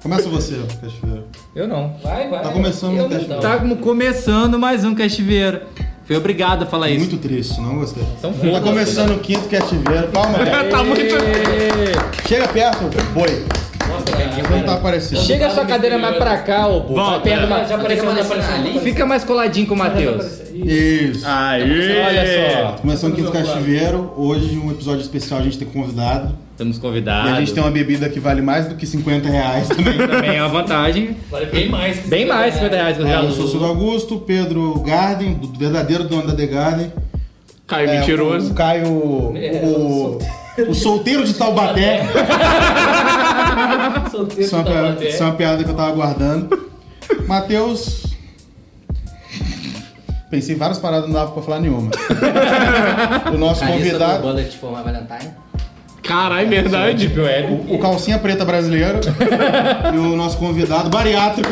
Começa você, Castiveiro. Eu não. Vai. Tá começando o Castiveiro. Tá começando mais um Castiveiro. Fui obrigado a falar isso. Muito triste, não gostei. Então Tá foda-se. começando o quinto Castiveiro. Palma, velho. Tá muito... Chega perto, boi. Não tá aparecendo. Chega a sua cadeira mais pra cá, ô bobo. Vamos, Perto Já apareceu ali. Fica mais coladinho com o Matheus. Isso. Aê! Olha só. Começando o quinto Castiveiro. Hoje, um episódio especial, a gente tem convidado. Estamos E convidados. a gente tem uma bebida que vale mais do que R$50 também. Também é uma vantagem. Vale bem mais. Bem mais de R$50 que eu já Eu sou o Silvio Augusto, Pedro Garden, do verdadeiro dono da The Garden. Caio mentiroso. O Caio, o solteiro de Taubaté. Solteiro Isso é uma piada que eu tava guardando. Matheus. Pensei em várias paradas, não dava pra falar nenhuma. O nosso convidado. Bullet for my Valentine. Caralho, verdade. O calcinha preta brasileiro. E o nosso convidado bariátrico.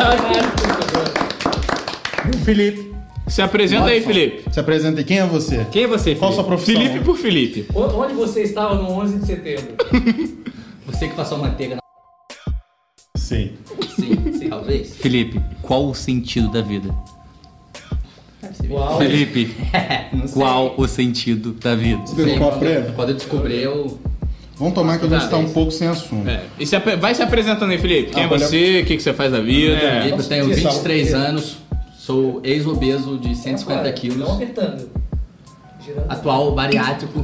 Felipe. Se apresenta aí, Felipe. Se apresenta aí. Quem é você? Quem é você, Qual a sua Felipe? profissão? Felipe por Felipe. Onde você estava no 11 de setembro? Você que passou manteiga na... Sim. Sim, talvez. Felipe, qual o sentido da vida? Uau. Felipe, Não sei. qual o sentido da vida? Você pegou o copo preto? Quando eu descobri, eu... Vamos tomar que a gente tá um pouco sem assunto. É. E vai se apresentando aí, Felipe. Quem é olha- você? O que você faz da vida? Eu tenho 23 anos, sou ex-obeso de 150 Não quilos, apertando. Girando. atual bariátrico.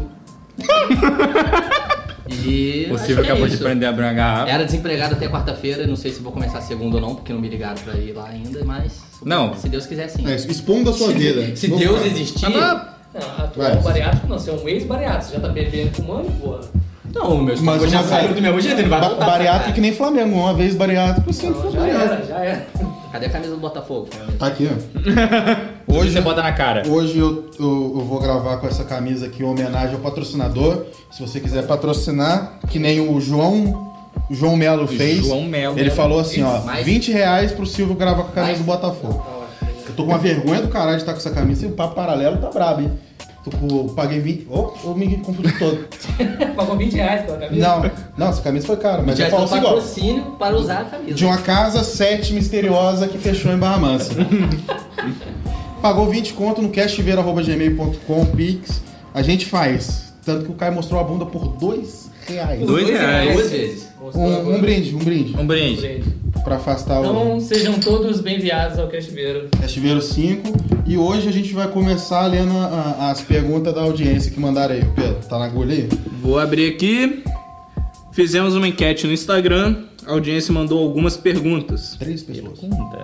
E... O acho Silvio que é acabou de isso. prender a garrafa. Era desempregado até quarta-feira, não sei se vou começar segunda ou não, porque não me ligaram pra ir lá ainda, mas... Não. Se Deus quiser, sim. É, expondo a sua vida. Se Deus existir... Não, atual Vai. bariátrico não, você é um ex-bariátrico. Você já tá bebendo e fumando, porra. Não, o meu estômago Mas já uma- saiu do mesmo jeito, ele vai voltar. Bariátrico que nem Flamengo. Uma vez bariátrico, sempre Não, foi já bariátrico. era. Cadê a camisa do Botafogo? Tá aqui, ó. Hoje você bota na cara. Hoje eu vou gravar com essa camisa aqui em homenagem ao patrocinador. Se você quiser patrocinar, que nem o João Melo fez. João Melo. Ele falou assim, ó, Mais? R$20 pro Silvio gravar com a camisa do Botafogo. Eu tô com uma vergonha do caralho de estar com essa camisa e o papo paralelo tá brabo, hein? Paguei 20. Eu me confundi todo. Pagou R$20 pela camisa? Não, essa camisa foi cara, mas Já eu é falo assim, igual. patrocínio para usar a camisa. De uma casa 7 misteriosa que fechou em Barra Mansa. Pagou 20 conto no cashveiro@gmail.com, Pix. A gente faz. Tanto que o Caio mostrou a bunda por R$2. R$2. Duas vezes. Um brinde. Um brinde. Pra afastar Então o sejam todos bem-vindos ao Castiveiro. Cashveiro 5. E hoje a gente vai começar lendo as perguntas da audiência que mandaram aí. Pedro, tá na agulha aí? Vou abrir aqui. Fizemos uma enquete no Instagram. A audiência mandou algumas perguntas. 3 pessoas.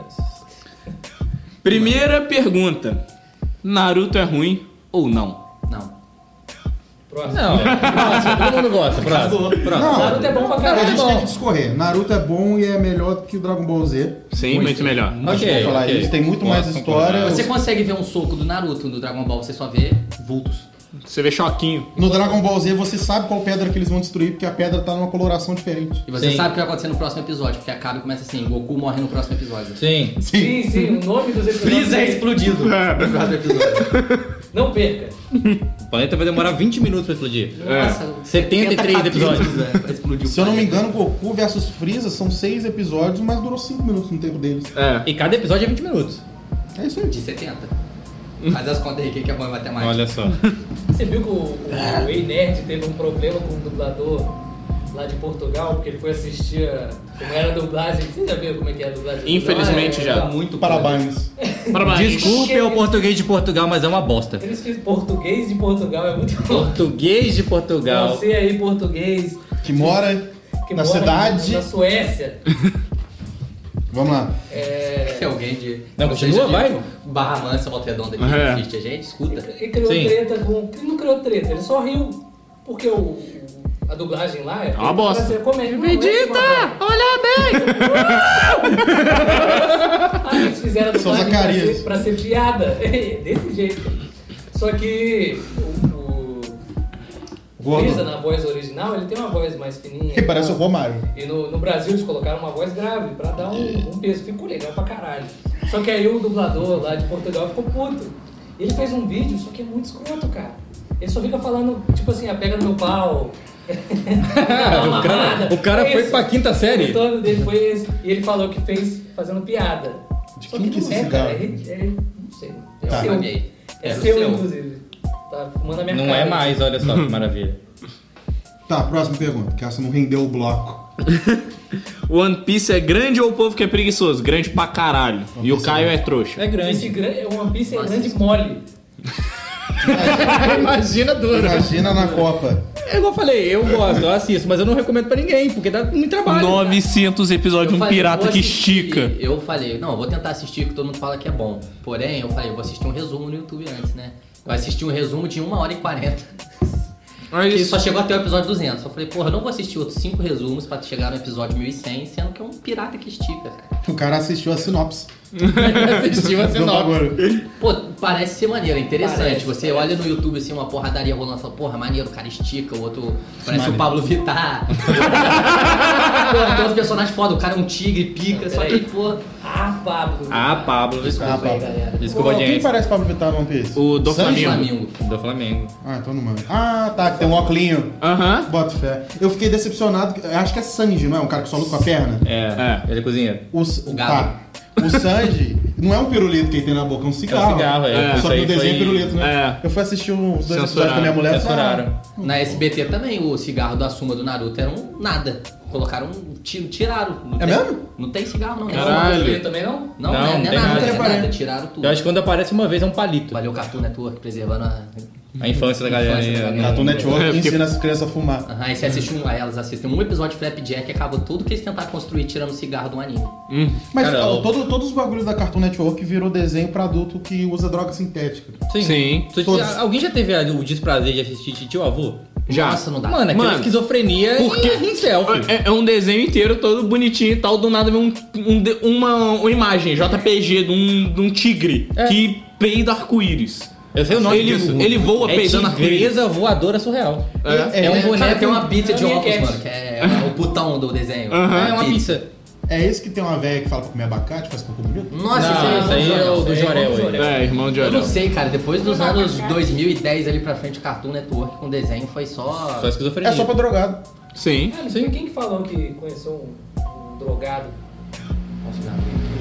Primeira pergunta. Naruto é ruim ou não? Não. Próximo. Não, próximo, todo mundo gosta. Próximo. Naruto é bom pra A caralho. gente tem que discorrer. Naruto é bom e é melhor do que o Dragon Ball Z. Sim, muito melhor. A gente vai falar isso. Tem muito mais história. Você consegue ver um soco do Naruto no Dragon Ball, você só vê vultos. Você vê choquinho. No Dragon Ball Z você sabe qual pedra que eles vão destruir, porque a pedra tá numa coloração diferente. E você Sim. sabe o que vai acontecer no próximo episódio, porque acaba e começa assim, Goku morre no próximo episódio. Sim. Sim, o nome dos episódios. Freeza é explodido no próximo episódio. Não perca. O planeta vai demorar 20 minutos pra explodir. Nossa, 73 episódios. pra explodir o Se eu não me planeta. engano, Goku versus Freeza são 6 episódios, mas durou 5 minutos no tempo deles. É. E cada episódio é 20 minutos. É isso aí. De 70. Faz as contas aí, que é bom em matemática. Olha só. Você viu que o Ei Nerd teve um problema com o dublador lá de Portugal, porque ele foi assistir como era a dublagem. Você já viu como é que é a dublagem? Infelizmente já. Muito Parabéns. Parabéns. Desculpe o português de Portugal, mas é uma bosta. Eles fizeram português de Portugal, é muito bom. Português de Portugal. Você aí, português, Que mora que na mora cidade. na Suécia. Vamos lá. Se alguém de. Não, seja continua, de vai. Barra Mansa, Volta Redonda que É. assiste a gente, escuta. Ele criou Sim. treta com. Ele não criou treta, ele só riu. Porque a dublagem lá é. uma bosta. Pra ser comédia. Não, Vegeta, olha bem! Aí eles fizeram a São dublagem Zacarias. pra ser piada. Desse jeito. Só que o Gordo. Freeza, na voz original, ele tem uma voz mais fininha. Que parece o Romário. E no Brasil eles colocaram uma voz grave pra dar um peso. Ficou legal pra caralho. Só que aí o dublador lá de Portugal ficou puto. Ele fez um vídeo, só que é muito escroto, cara. Ele só fica falando, tipo assim, pega no meu pau, O cara foi pra quinta série. O retorno dele foi esse. E ele falou que fez fazendo piada. De Só quem que é não esse cara. cigarro? Não sei. Eu Tá. paguei. É Era o seu, inclusive. Tá fumando na minha Não cara. é mais, olha só que maravilha. Tá, próxima pergunta, que essa não rendeu o bloco. One Piece é grande ou o povo que é preguiçoso? Grande pra caralho. E o Caio é trouxa. É grande. Esse One Piece é Nossa, grande isso. mole. Imagina duro. Imagina na Copa. É igual eu falei, eu gosto, eu assisto, mas eu não recomendo pra ninguém, porque dá muito trabalho. 900 episódios de um falei, pirata vou que assistir. estica. Eu falei, não, eu vou tentar assistir, que todo mundo fala que é bom. Porém, eu falei, eu vou assistir um resumo no YouTube antes, né? Eu assisti um resumo de 1h40. Que só chegou até o episódio 200. Eu falei, porra, eu não vou assistir outros 5 resumos pra chegar no episódio 1100, sendo que é um pirata que estica, cara. O cara assistiu a sinopse. Assistiu a do sinopse. bagulho. Pô, parece ser maneiro, é interessante. Parece, Você olha no YouTube assim, uma porradaria rolando e fala, porra, maneiro, o cara estica, o outro parece Maneiro. o Pablo Vittar. Pô, tem uns personagens foda, o cara é um tigre, pica, só que, pô. Pablo. Pablo, desculpa. Desculpa aí, galera. Desculpa, Quem gente. parece Pablo Vittar no One Piece? O do Sanji? Flamengo. Do Flamengo. Ah, então não manda. Ah, tá, que tem um óculinho. Aham. Bota fé. Eu fiquei decepcionado, eu acho que é Sanji, não é? Um cara que só luta com a perna? É, ele é cozinheiro. O galo. Tá. O Sanji não é um pirulito que ele tem na boca, é um cigarro. É um cigarro, é. Só Isso que aí o desenho é foi- pirulito, né? É. Eu fui assistir uns 2 episódios Censuraram. com a minha mulher. Censuraram. Na SBT também, o cigarro do Asuma do Naruto era um nada. Colocaram um tiraram. Não É tem- mesmo? Não tem cigarro, não. Caralho. Ele também não? Não, Não, não é tem nada, nada. não é Nunca nada. Tiraram tudo. Eu acho que quando aparece uma vez é um palito. Valeu Cartoon Network preservando a infância da galera. infância da aí, galera. Cartoon Network É, porque- ensina as crianças a fumar. Aham, aí você assiste aí elas assistem um episódio de Flapjack e acaba tudo que eles tentaram construir tirando o cigarro do anime. Mas Cara, ó, todos os bagulhos da Cartoon Network virou desenho pra adulto que usa droga sintética. Sim. Todos. Alguém já teve o desprazer de assistir Titio Avô? Já. Nossa, não dá. Mano, aquela Mano, esquizofrenia porque- em selfie. É um desenho inteiro, todo bonitinho e tal. Do nada vem uma imagem JPG de um tigre É. que peida arco-íris. Eu sei o nome Ele- disso. ele voa é peidando arco-íris. tigresa voadora surreal. É um boneco, cara, tem uma pizza de é um óculos, Cat. mano, que é o putão do desenho. É uma pizza. É esse que tem uma velha que fala pra comer abacate, faz cocô bonito? Nossa, Não, esse aí é o do Jorel. É, irmão de Eu não Orel. sei, cara, depois dos anos 2010 ali pra frente, o Cartoon Network com desenho foi só... Só esquizofrenia. É só pra drogado. Sim. Ah, foi quem que falou que conheceu um drogado? Nossa,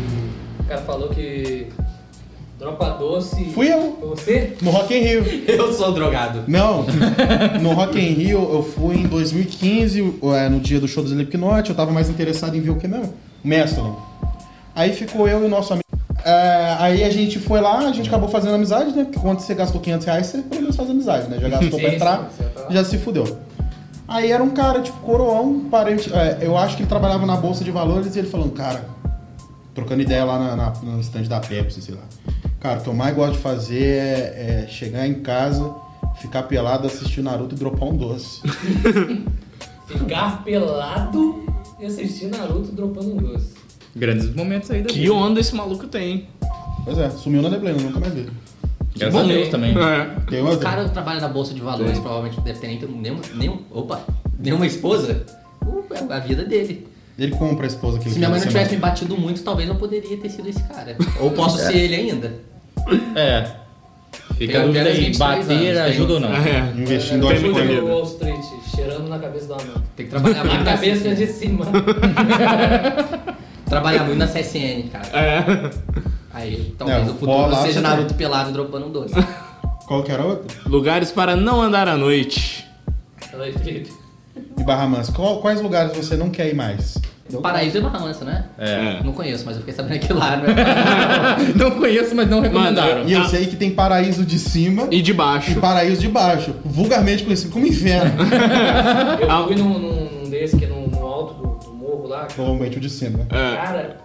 O cara falou que dropa doce... Fui eu. Foi você? No Rock in Rio. eu sou drogado. Não, no Rock in Rio eu fui em 2015, no dia do show do Slipknot, eu tava mais interessado em ver o que mesmo? Mastodon. Aí ficou eu e o nosso amigo. Aí a gente foi lá, a gente acabou fazendo amizade, né? Porque quando você gastou R$500, você pelo menos faz amizade, né? Já gastou pra Sim, entrar, sim, você tá- já se fudeu. Aí era um cara, tipo, coroão, parente. Eu acho que ele trabalhava na Bolsa de Valores e ele falando, cara, trocando ideia lá no stand da Pepsi, sei lá. Cara, o que eu mais gosto de fazer é chegar em casa, ficar pelado, assistir o Naruto e dropar um doce. Ficar pelado e assistir Naruto dropando um doce. Grandes momentos aí da Que vida. onda esse maluco tem. Pois é, sumiu na neblina, nunca mais vi. Graças a Deus também. É. Tem uma O cara que trabalha na Bolsa de Valores provavelmente não deve ter nenhuma esposa. É a vida dele. Ele compra a esposa que ele Se minha mãe quer não na tivesse me semana. batido muito, talvez eu poderia ter sido esse cara. Ou posso ser ele ainda. É. Fica Tem a dúvida apenas aí, 23 bater anos, ajuda ou não? É. Investindo Tem ajuda. muita Olha vida. o Wall Street cheirando na cabeça do anão. Tem que trabalhar muito Na na cabeça de cima. Trabalhar muito na CSN, cara. É. Aí talvez É, o o futuro pó lá seja você Naruto pelado dropando um doce. Qual que era a outra? Lugares para não andar à noite. Fala aí, Felipe. E Barra Mansa. Quais lugares você não quer ir mais? Paraíso e Barra Mansa, né? É. Não conheço, mas eu fiquei sabendo que lá, né? Não conheço, mas não recomendaram. E eu sei que tem paraíso de cima E de e baixo. paraíso de baixo. Vulgarmente conhecido como inferno. Eu fui num desse que é no alto do morro lá. Provavelmente o de cima. É. Cara,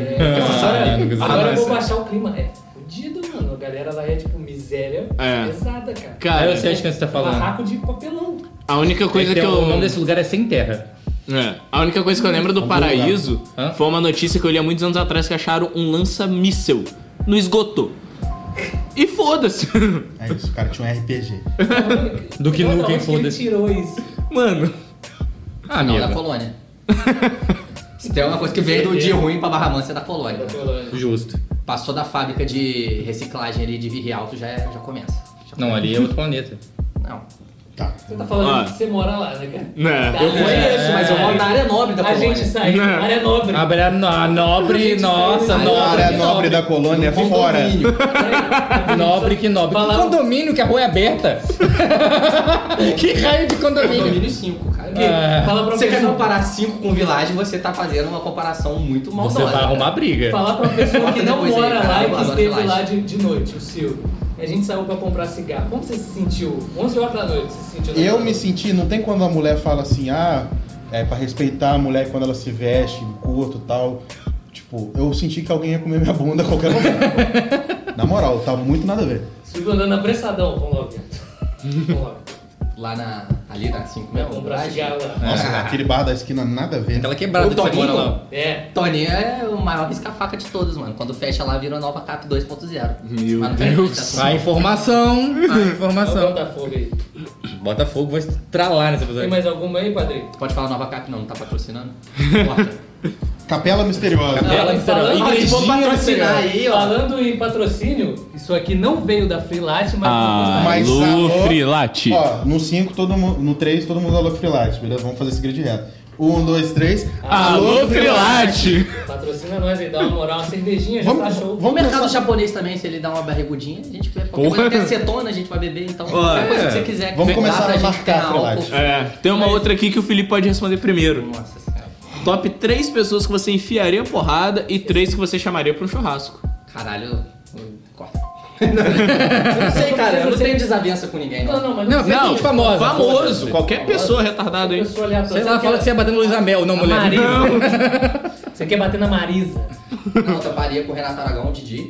Ah, agora eu vou mas- baixar o clima. É fudido, mano. A galera lá é tipo miséria É. pesada, cara. Ah, Cara, eu sei de quem você tá falando. Barraco de papelão. a única coisa que eu... O nome desse lugar é Sem Terra. A única coisa que eu lembro do Paraíso Hã? foi uma notícia que eu li há muitos anos atrás que acharam um lança-míssel no esgoto. E foda-se. É isso, o cara tinha um RPG. Do que Não, Nukem, onde que ele foda-se. tirou isso? Mano. Ah, Não, da amigo. colônia. Se tem uma coisa que veio do dia ruim pra Barra Mansa é da colônia. Da colônia. Justo. Passou da fábrica de reciclagem ali de Virre Alto, já começa. Não, ali é outro planeta. Não. Tá. Você tá falando que você mora lá, né, cara? Né. Eu conheço, mas eu moro na área nobre da A colônia. gente saiu na área nobre. A nobre, nossa, A nobre. área nobre da colônia é fora. Nobre que nobre. Falar- Que condomínio que a rua é aberta? Que raio de condomínio? Condomínio 5, cara. Fala pra Você quer pessoa, comparar 5 com Village, você tá fazendo uma comparação muito maldosa. Você vai arrumar briga. falar pra pessoa que não Depois aí, mora cara, lá e eu que adoro esteve lá relaxa. de noite, o Silvio. E a gente saiu pra comprar cigarro. Como você se sentiu? 11 horas da noite, você se sentiu? Eu me senti, não tem quando a mulher fala assim, é pra respeitar a mulher quando ela se veste, curto e tal. Tipo, eu senti que alguém ia comer minha bunda a qualquer momento. Na moral, tava muito nada a ver. Silvio andando apressadão, vamos lá, Vitor. Vamos lá. Lá ali na 5 Vai mesmo. comprar cigarro lá. Nossa, aquele bar da esquina nada a ver. Aquela quebrada O que você mora Toninho, lá. É. Toninho é o maior risca-faca de todos, mano. Quando fecha lá, vira a nova CAP 2.0. Meu Mas não tem Deus. jeito, A informação. A Olha o informação. Botafogo aí. Botafogo vai estralar nessa Tem episódio. mais alguma aí, padrinho? Pode falar nova CAP não tá patrocinando? Corta. Capela Misteriosa. Capela Não, falando, Igrejinha se for patrocinar misteriosa. aí, ó. falando em patrocínio, isso aqui não veio da Freelite, mas Mas Alô, alô, Freelite. Ó, no 5, no 3, todo mundo alô Freelite, beleza? Vamos fazer esse grid reto. 1, 2, 3. Alô, Freelite. patrocina nós aí, dá uma moral, uma cervejinha, já Vamos- tá show. O mercado começar- japonês também, se ele dá uma barrigudinha, a gente vê. Qualquer Porra. coisa tem acetona, a gente vai beber, então qualquer coisa que você quiser. Vamos dá começar pra a gente marcar, ter álcool. Freelite. É, tem uma outra aqui que o Felipe pode responder primeiro. Nossa senhora. Top 3 pessoas que você enfiaria porrada e 3 que você chamaria pra um churrasco. Caralho, corta. Eu não sei, cara, eu não tenho desavença com ninguém, Não, não, mas Não, precisa- gente famosa. Famoso. foda-se. Qualquer pessoa retardada aí. Pessoa aleatória. Sei lá, fala que você ia bater no Luiz Amel, não, A mulher. Marisa. Você quer bater na Marisa? Não, eu toparia com o Renato Aragão, Didi.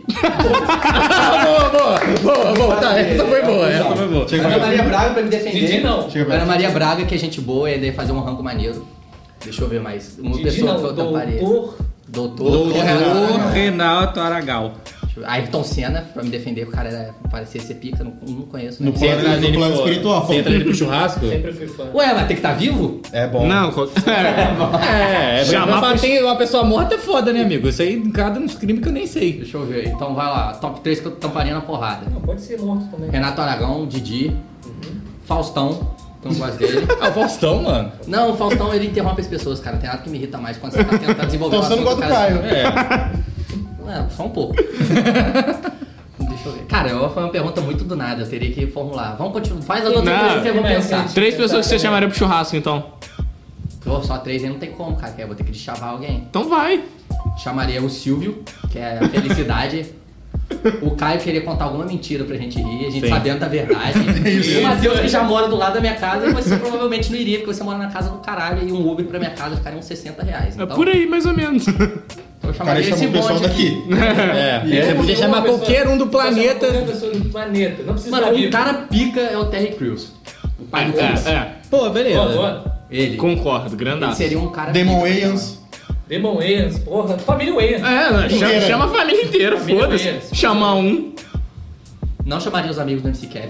Boa. Tá, essa foi boa, essa foi boa. Chega Ana pra Maria Braga pra me defender. Didi não. Chega pra Ana Maria Braga, que é gente boa, e daí fazer um rango maneiro. Deixa eu ver mais. Uma Didi pessoa não, que eu toparia. doutor. Doutor Renato Aragal. Ayrton Senna, pra me defender, o cara parecia ser pica, não conheço. No Né? Você entra nele plano pro- espiritual. Você entra nele pro churrasco? Sempre fui fã. Ué, mas tem que estar vivo? É bom. Não, Chamar Chamar tem uma pessoa morta é foda, né, amigo? Isso aí encada nos crimes que eu nem sei. Deixa eu ver. Então vai lá. Top 3 que eu tamparia na porrada. Não, pode ser morto também. Renato Aragão, Didi, Faustão, que eu não gosto dele. Ah, o Faustão, mano. Não, o Faustão ele interrompe as pessoas, cara. Tem nada que me irrita mais quando você tá tentando desenvolver Então você não gosta do Caio. Só um pouco. Deixa eu ver. Cara, foi uma pergunta muito do nada, eu teria que formular. Vamos continuar. Faz a outra Não. pergunta que eu vou pensar. 3 pessoas que você chamaria pro churrasco, então. Pô, só 3 aí não tem como, cara. Que eu vou ter que chavar alguém. Então vai. Chamaria o Silvio, que é a felicidade. O Caio queria contar alguma mentira pra gente rir, a gente Sim. sabendo da verdade. O Matheus, que já mora do lado da minha casa, e você provavelmente não iria, porque você mora na casa do caralho e um Uber pra minha casa ficaria uns R$60. É Então, por aí, mais ou menos. eu O cara chamaria chama esse o pessoal bonde aqui. daqui. É, você podia chamar qualquer um do planeta. Qualquer pessoa do planeta. Não precisa Mano, estar um vivo. cara pica é o Terry Crews. O pai do Chris. Pô, beleza. Ó, ó. Ele. Concordo, Ele grandaço. seria um cara Demon pica. Wayans. Demon Wayans, porra. Família Wayans. Chama a família inteira, Família foda-se. Wayans. Chamar um. Não chamaria os amigos do MC Kevin.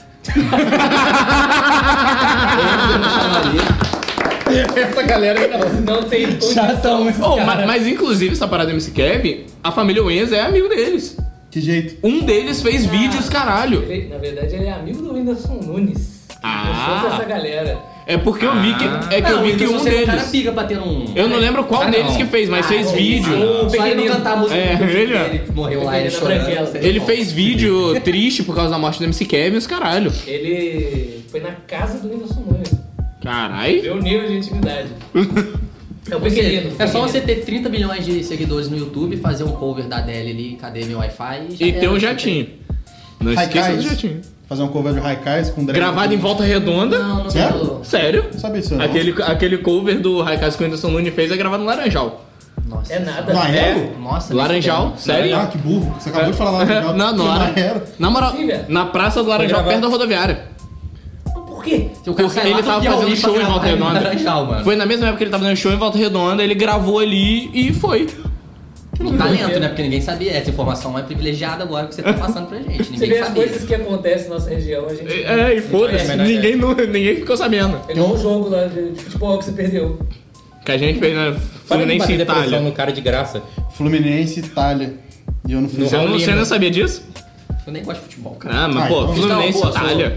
Essa galera aí não. Não tem Chatão, esse Oh, cara. mas inclusive, essa parada do MC Kevin, a família Wayans é amigo deles. Que jeito. Um deles fez vídeos, caralho. Ele, na verdade, ele é amigo do Whindersson Nunes. Ah. Eu sou dessa galera. É porque eu vi que, eu vi que um seria um cara deles. pica pra ter um... Eu não lembro qual Ah, deles não. que fez, mas fez vídeo. O Só ele não pequenino. cantar a música É, do filho ele, ó. dele, que morreu lá, ele Pequenina chorando. branquela. seria Ele bom. fez vídeo triste por causa da morte do MC Kevin, os caralho. Ele foi na casa do Whindersson Nunes. Carai. Vê o nível de intimidade. É o Ou seja, pequenino. é só você pequenino. ter 30 milhões de seguidores no YouTube, fazer um cover da Adele ali, cadê meu Wi-Fi? já E era, ter um você jatinho. Não esqueça do Haikais. jatinho. Fazer um cover de Haikais com drag. Gravado em volta redonda. Não, não Sério? tô... Sério? Sabe isso não? Aquele cover do Raikais que o Whindersson Nunes fez é gravado no Laranjal. Nossa. É nada. Na Aero? Nossa, Laranjal, sério? Ah, que burro. Você acabou de falar lá. Não, Na na Aero. Na moral, Sim, velho. na praça do Laranjal, Foi perto da rodoviária. Por quê? Se o cara Porque sai lá ele do tava Piauí fazendo pra show em gravar Volta Redonda. Laranjal, mano. Foi na mesma época que ele tava dando show em Volta Redonda, ele gravou ali e foi. Um talento, né? Porque ninguém sabia. Essa informação é privilegiada agora que você tá passando pra gente. Você Ninguém vê as sabia. coisas que acontecem na nossa região, a gente... É, e foda-se, É, mas ninguém ficou sabendo. É igual um jogo lá de futebol que você perdeu. Que a gente fez na Para de Fluminense bater e depressão Itália. no cara de graça. Fluminense, Itália. E eu não fiz. Você não sabia disso? Eu nem gosto de futebol, cara. Ah, mas Ah, pô, então- Fluminense e Então, pô, Itália.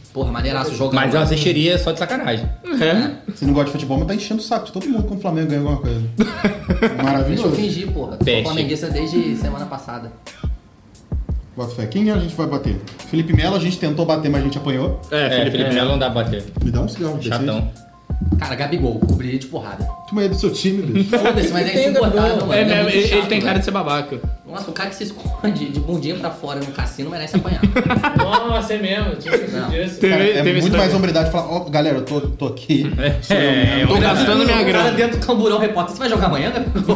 Porra, maneiraço jogando. Mas eu assistiria só de sacanagem. Você não gosta de futebol, mas tá enchendo o saco de todo mundo quando o Flamengo ganha alguma coisa. Deixa Maravilhoso. eu fingir, porra. Sou flamenguista desde semana passada. Bota fé. Quem a gente vai bater? Felipe Melo, a gente tentou bater, mas a gente apanhou. Felipe Melo não dá pra bater. Me dá um cigarro desse aí. Chatão. Cara, Gabigol, cobriria de porrada. Tu medo do seu time, bicho. Foda-se, mas é insuportável, mano. Ele muito chato, tem cara velho. de ser babaca. Nossa, o cara que se esconde de bundinha pra fora no cassino merece apanhar. Nossa, é mesmo. Tinha esquecido Não. disso. Cara, é Teve muito esse mais também. hombridade falar, ó, galera, eu tô aqui. Sou eu mesmo. Tô gastando minha O cara grana. dentro do camburão, repórter, você vai jogar amanhã, Gabigol?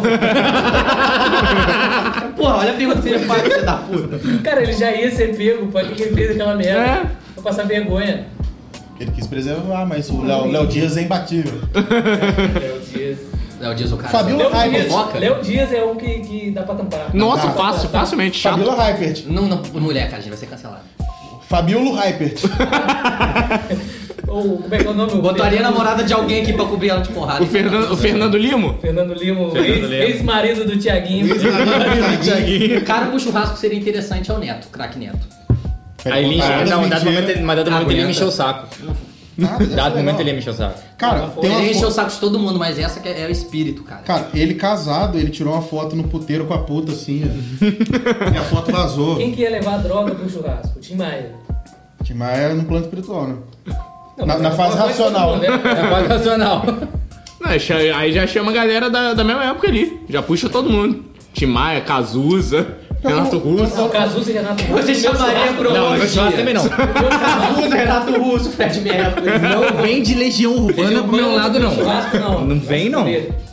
Porra, olha a pergunta que ele faz, filho da puta. Cara, ele já ia ser pego. Pra que ele fez aquela merda? Pra passar vergonha. Ele quis preservar, mas o Léo Dias é imbatível. Léo Dias. Léo Dias, o cara. Fabiola Léo Dias, fofoca? Léo Dias é um que dá pra tampar. Nossa, Tá. facilmente, chato. Fabiola Hypert. Não, mulher, cara, a gente vai ser cancelado. Fabiolo Hypert. Ou como é que é o nome? Botaria a Fernando- namorada de alguém aqui pra cobrir ela de porrada. O Fernando Limo? Fernando Limo, Limo. ex-marido do Thiaguinho. O cara pro churrasco seria interessante é o Neto, craque Neto. Aí ele enche. Não, dado momento ele Aguenta. ia me encher o saco. Dado momento ele ia me encher o saco. Cara, tem uma Ele encheu o foto. saco de todo mundo, mas essa que é o espírito, cara. Cara, ele casado, ele tirou uma foto no puteiro com a puta assim, ó. E a foto vazou. Quem que ia levar droga pro churrasco? O Tim Maia. Mas é no plano espiritual, né? Não, Na mas fase mas racional. todo mundo, né? É quase racional. Não, aí já chama a galera da mesma época ali. Já puxa todo mundo. Tim Maia, Cazuza, Renato Russo. Não, Cazuza e Renato Russo. Você chamaria pro Não, no meu churrasco também não. Cazuza, Renato Russo, Fred Mercury. Não vem de Legião Urbana pro meu lado, não. Churrasco, não. Não vem, não.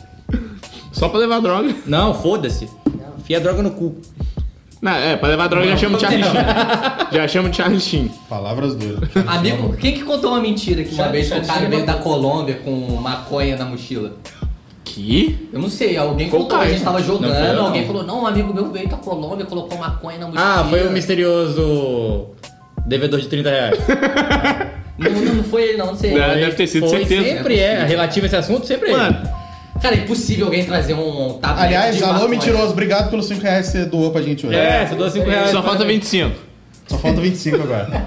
Só pra levar droga. Não, foda-se. Enfia a droga no cu. Não, pra levar droga já chama o Charlie Sheen. Já chama o Charlie Sheen. Palavras duras. Amigo, quem que contou uma mentira que uma Chato, vez que o cara chato. veio da Colômbia com maconha na mochila? Que? Eu não sei, alguém Foi o contou, a Caio. gente tava Não foi jogando, eu, alguém não. falou, não, um amigo meu veio da Colômbia, colocou maconha na mochila. Ah, foi o misterioso devedor de 30 reais. Não foi ele não sei. Não, deve ter sido, Foi, certeza. sempre é. Relativo a esse assunto, sempre é. Mano, Cara, é impossível alguém trazer um tablete Aliás, de alô, maconha. mentiroso, obrigado pelos 5 reais que você doou pra gente hoje. Você doa 5 reais. só falta 25. Só falta 25 agora.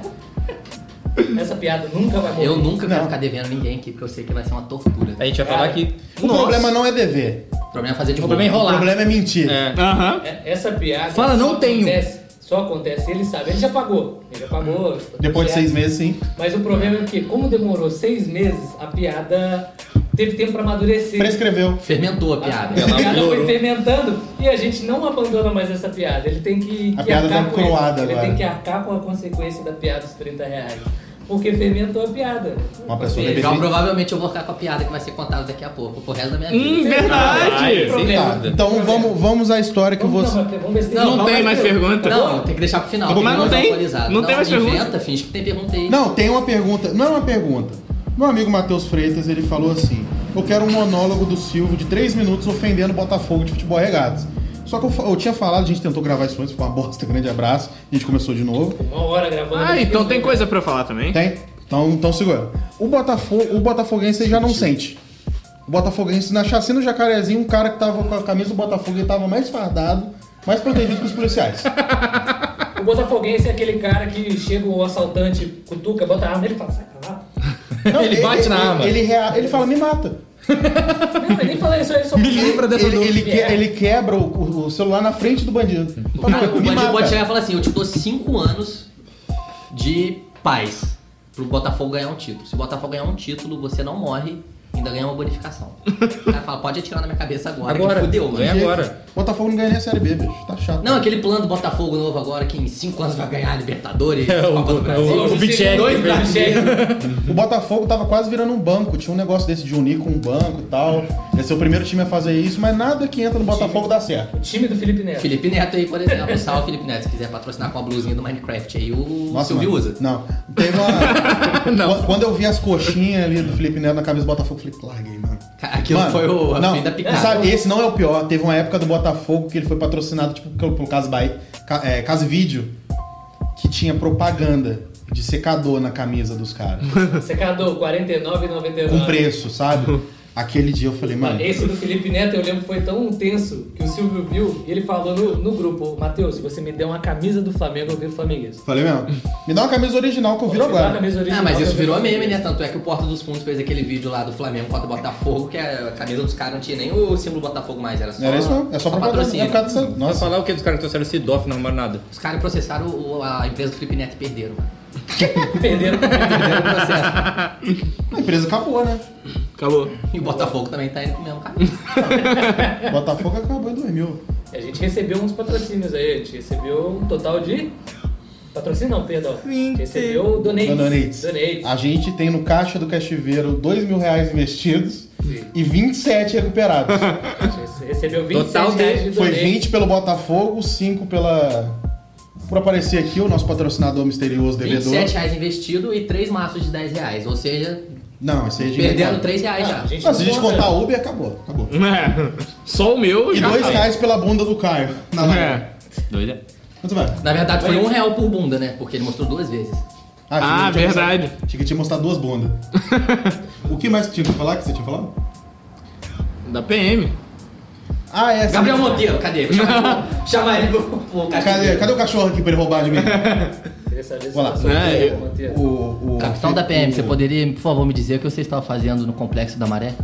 Essa piada nunca vai morrer. Eu nunca quero Não. ficar devendo ninguém aqui, porque eu sei que vai ser uma tortura. A gente vai falar que. O problema não é dever. O problema é fazer de O problema é boa. O enrolar. problema é mentir. Aham. Essa piada. Fala, só não tenho. Só acontece, ele sabe. Ele já pagou. Ele já pagou. tá tudo Depois de certo. 6 meses, sim. Mas o problema é que, como demorou 6 meses, a piada teve tempo pra amadurecer. Prescreveu. Fermentou a A piada. piada foi fermentando e a gente não abandona mais essa piada. Ele tem que A piada arcar tá com isso. coroada Ele agora. tem que arcar com a consequência da piada dos 30 reais. Porque fermentou a piada. Uma pessoa Assim, deve Então ter- provavelmente eu vou ficar com a piada que vai ser contada daqui a pouco, pro resto da minha vida. Verdade. Sem Tá, dúvida. então vamos à história que Vamos, você. vamos ver se tem Não vamos tem mais pergunta. Não, tem que deixar pro final. Mas não que tem. atualizado. Não tem mais pergunta. Inventa, finge que tem pergunta aí. Não, tem uma pergunta. Não é uma pergunta. Meu amigo Matheus Freitas, ele falou assim: eu quero um monólogo do Silvio de 3 minutos ofendendo o Botafogo de futebol regatas. Só que eu tinha falado, a gente tentou gravar isso antes, foi uma bosta, grande abraço. A gente começou de novo. 1 hora gravando. Ah, então tem coisa pra eu falar também. Tem? Então segura. O Botafoguense já não sente. O Botafoguense, na chacina do Jacarezinho, um cara que tava com a camisa do Botafogo, ele tava mais fardado, mais protegido que os policiais. O Botafoguense é aquele cara que chega o assaltante, cutuca, bota a arma, ele fala, sai pra lá. Não, Ele bate na arma. Ele fala, me mata. Não, ele nem fala isso, ele só Me livra dessa dor. Ele quebra o celular na frente do bandido. Cara, o Me bandido mata. pode chegar e falar assim, eu te dou 5 anos de paz pro Botafogo ganhar um título. Se o Botafogo ganhar um título, você não morre, ainda ganha uma bonificação. O cara fala, pode atirar na minha cabeça agora, Agora, que fudeu, mano. ganha agora. Botafogo não ganha nem a Série B, bicho. Tá chato. Não, aquele plano do Botafogo novo agora, que em 5 anos vai ganhar a Libertadores, É, o- Copa do Brasil. o Bitcheck. 2 brasileiros. O Botafogo tava quase virando um banco. Tinha um negócio desse de unir com um banco e tal. Ia ser o primeiro time a fazer isso, mas nada que entra no Botafogo dá certo. O time do Felipe Neto. Felipe Neto aí, por exemplo. Salve, Felipe Neto. Se quiser patrocinar com a blusinha do Minecraft aí, o Silvio mano. usa. Não. Teve uma. Quando eu vi as coxinhas ali do Felipe Neto na camisa do Botafogo, eu falei, larguei, mano. Aquilo Mano, foi o não, fim da picada. sabe, esse não é o pior. Teve uma época do Botafogo que ele foi patrocinado tipo, pelo Casa Vídeo, que tinha propaganda de secador na camisa dos caras. Secador, R$49,99. Com preço, sabe? Aquele dia eu falei, mano... Esse do Felipe Neto, eu lembro que foi tão tenso que o Silvio viu e ele falou no grupo: Matheus, se você me der uma camisa do Flamengo, eu viro flamenguês. Falei mesmo, me dá uma camisa original que eu viro agora. Mas isso virou meme, né? Tanto é que o Porta dos Fundos fez aquele vídeo lá do Flamengo contra o Botafogo, que a camisa dos caras não tinha nem o símbolo do Botafogo mais, era só... Era isso mesmo, é só pra patrocínio. Nossa, falar o que dos caras que trouxeram esse DOF não arrumaram nada. Os caras processaram a empresa do Felipe Neto e perderam. Perderam. Perderam o processo. A empresa acabou, né? Acabou. E o Botafogo também tá indo com o mesmo cara. Botafogo acabou em 2000. A gente recebeu uns patrocínios aí, a gente recebeu um total de... Patrocínio não, perdão. A gente recebeu donates. A gente tem no caixa do Castiveiro R$2.000 investidos e 27 recuperados. A gente recebeu 27 Total reais de Foi donate. 20 pelo Botafogo, 5 por aparecer aqui, o nosso patrocinador misterioso devedor. R$27 investido e 3 maços de R$10. Ou seja, Não, esse aí é de perdendo R$3 já. A gente Não, se a gente não contar conta. Uber, acabou. É. Só o meu E já R$2 pela bunda do Caio. Na live. É. Doida. Quanto vai? Na verdade foi R$1 por bunda, né? Porque ele mostrou 2 vezes. Ah, tinha verdade. Tinha que te mostrar 2 bundas. O que mais que tinha que falar, que você tinha falado? Da PM. Ah, é. Gabriel Monteiro, cadê? Vou chamar ele pro cachorro. Cadê o cachorro aqui pra ele roubar de mim? Queria saber se Vamos lá. tá solteiro, É, Monteiro. O Capitão da PM, você poderia, por favor, me dizer o que você estava fazendo no Complexo da Maré?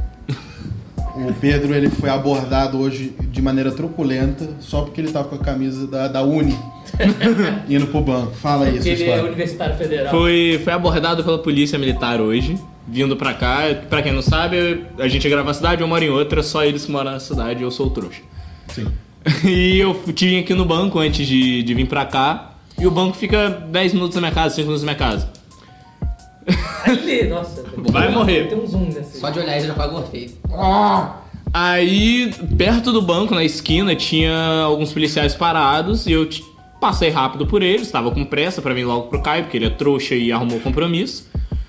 O Pedro, ele foi abordado hoje de maneira truculenta só porque ele tava com a camisa da Uni indo pro banco. Fala aí, Porque sua ele é história. universitário federal. Foi abordado pela polícia militar hoje, vindo pra cá. Pra quem não sabe, a gente grava a cidade, eu moro em outra, só eles que moram na cidade, eu sou o trouxa. Sim. E eu tinha aqui no banco antes de vir pra cá, e o banco fica 10 minutos da minha casa, 5 minutos da minha casa. Ali, nossa. Vai morrer. Tem um zoom nesse. Só de olhar ele já pagou feio. Aí, perto do banco, na esquina, tinha alguns policiais parados e eu passei rápido por eles, estava com pressa pra vir logo pro Caio, porque ele é trouxa e arrumou compromisso.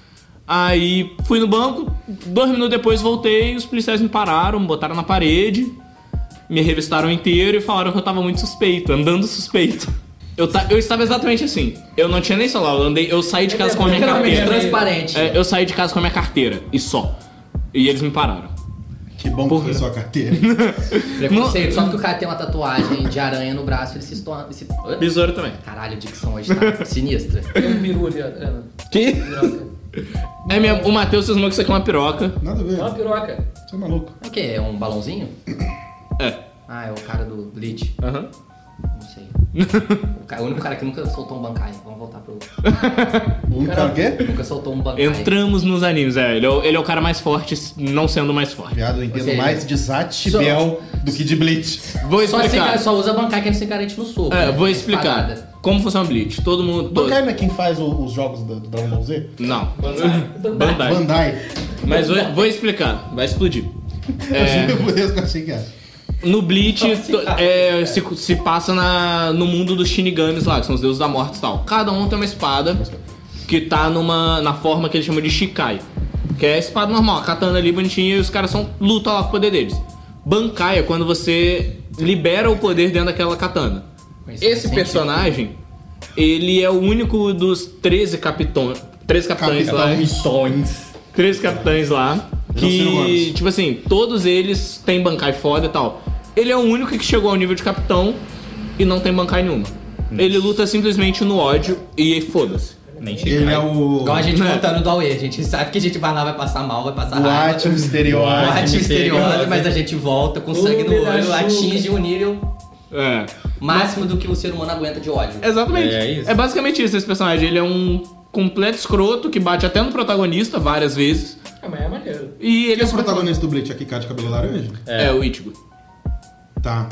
Aí fui no banco, 2 minutos depois voltei, os policiais me pararam, me botaram na parede, me revistaram inteiro e falaram que eu tava muito suspeito, andando suspeito. Eu estava exatamente assim, eu não tinha nem celular, eu saí de casa com a minha carteira. Transparente. Eu saí de casa com a minha carteira, e só. E eles me pararam. Que bom que foi sua carteira. Preconceito. Só porque o cara tem uma tatuagem de aranha no braço, ele se torna... Besouro também. Caralho, a dicção hoje tá sinistra. Tem um peru ali, Ana. Que? Piroca. É mesmo, o Matheus cismou que isso aqui é uma piroca. Nada a ver. É uma piroca. Você é maluco. É o quê? É um balãozinho? É. Ah, é o cara do Bleach. Aham. Não sei. O único cara que nunca soltou um Bankai. Vamos voltar pro... O cara o quê? Nunca soltou um Bankai. Entramos nos animes, ele é o cara mais forte, não sendo o mais forte. Viado, eu entendo Ou seja, mais de Zatibel do que de Bleach. Vou Só, assim, explicar. cara, só usa Bankai que é sem carente no soco. É, né? vou Tem explicar. espadada. Como funciona o Bleach. Todo mundo... Bandai não é quem faz os jogos do Dragon Ball Z? Não. Bandai. Bandai. Bandai. Mas vou explicar. Vai explodir. Eu juro por Deus que eu achei que era. No Bleach, se passa no mundo dos Shinigamis lá, que são os deuses da morte e tal. Cada um tem uma espada que tá na forma que eles chamam de Shikai. Que é a espada normal, a katana ali bonitinha, e os caras lutam lá com o poder deles. Bankai é quando você libera o poder dentro daquela katana. Esse personagem, ele é o único dos 13 capitães lá. 13 capitães lá. Que, tipo assim, todos eles têm Bankai foda e tal. Ele é o único que chegou ao nível de capitão e não tem Bankai nenhuma. Ele luta simplesmente no ódio e foda-se. Nem Ele Shikai. é o... Igual a gente voltando do Aue. A gente sabe que a gente vai lá, vai passar mal, vai passar O raiva. Ati misterioso. Boate misteriosa, mas a gente volta com sangue no olho, atinge um nível É. máximo do que o ser humano aguenta de ódio. Exatamente. É isso. É basicamente isso, esse personagem. Ele é um completo escroto que bate até no protagonista várias vezes. Ah, mas é maneiro. E ele Quem é o protagonista do Bleach? Aqui, cara de cabelo laranja? É o Ichigo. Tá.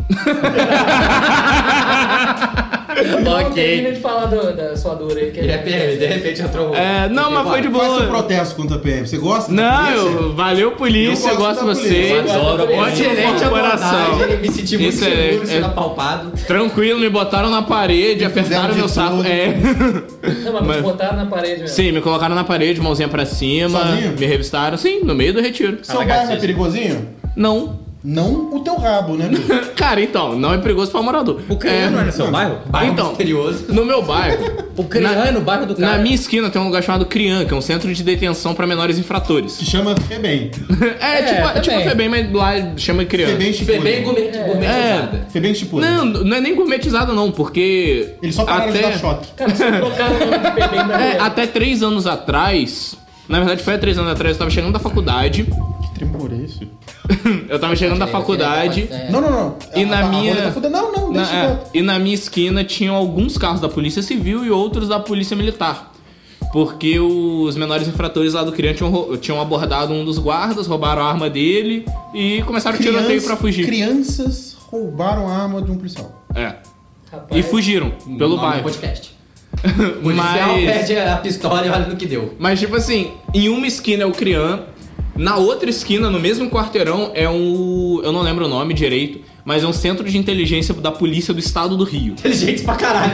Não termina de falar da sua dor aí. Que De repente entrou. Não, mas foi de Qual é o seu boa. protesto contra a PM? Você gosta da Não, polícia? valeu polícia, eu gosto de da vocês. polícia. Adoro a polícia. Ótimo Excelente coração. abordagem, me senti muito Isso seguro sendo apalpado. Tranquilo, me botaram na parede, apertaram fizeram meu de saco. tudo. Não, mas me botaram na parede mesmo. Sim, me colocaram na parede, mãozinha pra cima, Sozinho? me revistaram, sim, no meio do retiro. Seu bairro é perigosinho? Não. Não o teu rabo, né, Bruno? Cara, então, não é perigoso pra morador. O Crian não é no seu bairro? Bairro Então, misterioso. no meu bairro, O Crian é no bairro do cara. na minha esquina tem um lugar chamado Crian, que é um centro de detenção pra menores infratores. Que chama Febem. tipo também. Febem, mas lá chama Crian. Febem Foi bem Chipura. gourmetizada. Febem Chipura. Não é nem gourmetizado não, porque... Eles só pararam de dar choque. Cara, só trocaram o nome de bebê na até 3 anos atrás... Na verdade, foi há 3 anos atrás, eu tava chegando da faculdade. Que tremor é esse? Eu tava chegando da faculdade. Não. E na minha... Tá fudendo. Não, deixa quieto. E na minha esquina tinham alguns carros da Polícia Civil e outros da Polícia Militar. Porque os menores infratores lá do Crian tinham abordado um dos guardas, roubaram a arma dele e começaram a tiroteio pra fugir. Crianças roubaram a arma de um policial. É. Rapaz, E fugiram pelo Nome do bairro. podcast. O policial perde a pistola e olha no que deu. Mas, tipo assim, em uma esquina é o Crian, na outra esquina, no mesmo quarteirão, é um... Eu não lembro o nome direito, mas é um centro de inteligência da Polícia do Estado do Rio. Inteligentes pra caralho.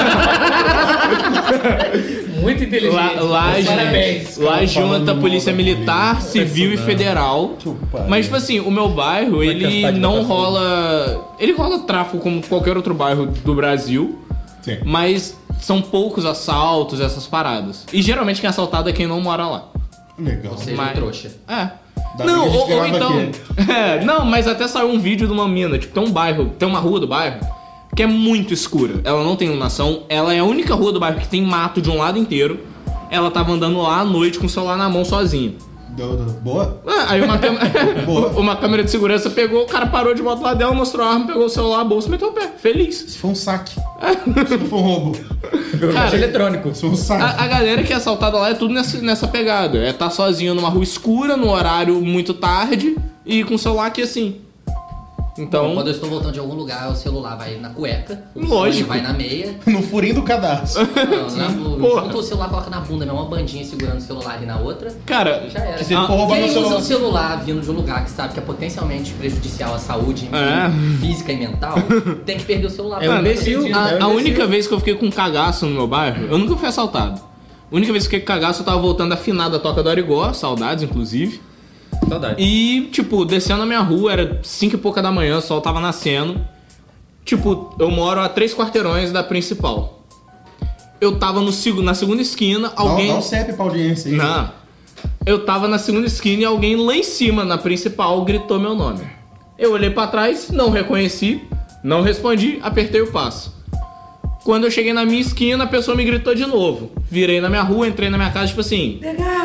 muito inteligente. Parabéns. Lá junta a Polícia Militar, Civil e Federal. Chupa. Mas, tipo assim, o meu bairro, ele não rola... Ele rola tráfico como qualquer outro bairro do Brasil, Sim. mas são poucos assaltos, essas paradas. E geralmente quem é assaltado é quem não mora lá. Legal. Ou seja, Mas- um trouxa. É. Dá Não, pra gente ou grava então. aqui. Não, mas até saiu um vídeo de uma mina. Tipo, tem uma rua do bairro que é muito escura. Ela não tem iluminação. Ela é a única rua do bairro que tem mato de um lado inteiro. Ela tava andando lá à noite com o celular na mão sozinha. Boa? Aí Boa. uma câmera de segurança pegou, o cara parou de moto lá dela, mostrou a arma, pegou o celular, a bolsa e meteu o pé. Feliz. Isso foi um saque. Isso não foi um roubo. Caixa eletrônico. Isso foi um saque. A galera que é assaltada lá é tudo nessa pegada. É tá sozinho numa rua escura, num horário muito tarde e com o celular aqui assim. Então, Quando eu estou voltando de algum lugar, o celular vai na cueca. O Lógico. fone vai na meia. No furinho do cadastro. Não, Porra. junta o celular, coloca na bunda, mesmo uma bandinha segurando o celular ali na outra. cara, Já era. Que se ele for roubar Quem meu usa celular. o celular vindo de um lugar que sabe que é potencialmente prejudicial à saúde física e mental, tem que perder o celular. É um Mano, imbecil. a única vez que eu fiquei com cagaço no meu bairro, eu nunca fui assaltado. A única vez que eu fiquei com cagaço, eu tava voltando da finada Toca do Arigó, saudades inclusive. Saudade. E, tipo, descendo a minha rua, era 5 e pouca da manhã, o sol tava nascendo. Tipo, eu moro a 3 quarteirões da principal. Eu tava na segunda esquina, alguém... Dá um CEP pra audiência aí. Não. Eu tava na segunda esquina e alguém lá em cima, na principal, gritou meu nome. Eu olhei pra trás, não reconheci, não respondi, apertei o passo. Quando eu cheguei na minha esquina, a pessoa me gritou de novo. Virei na minha rua, entrei na minha casa, tipo assim...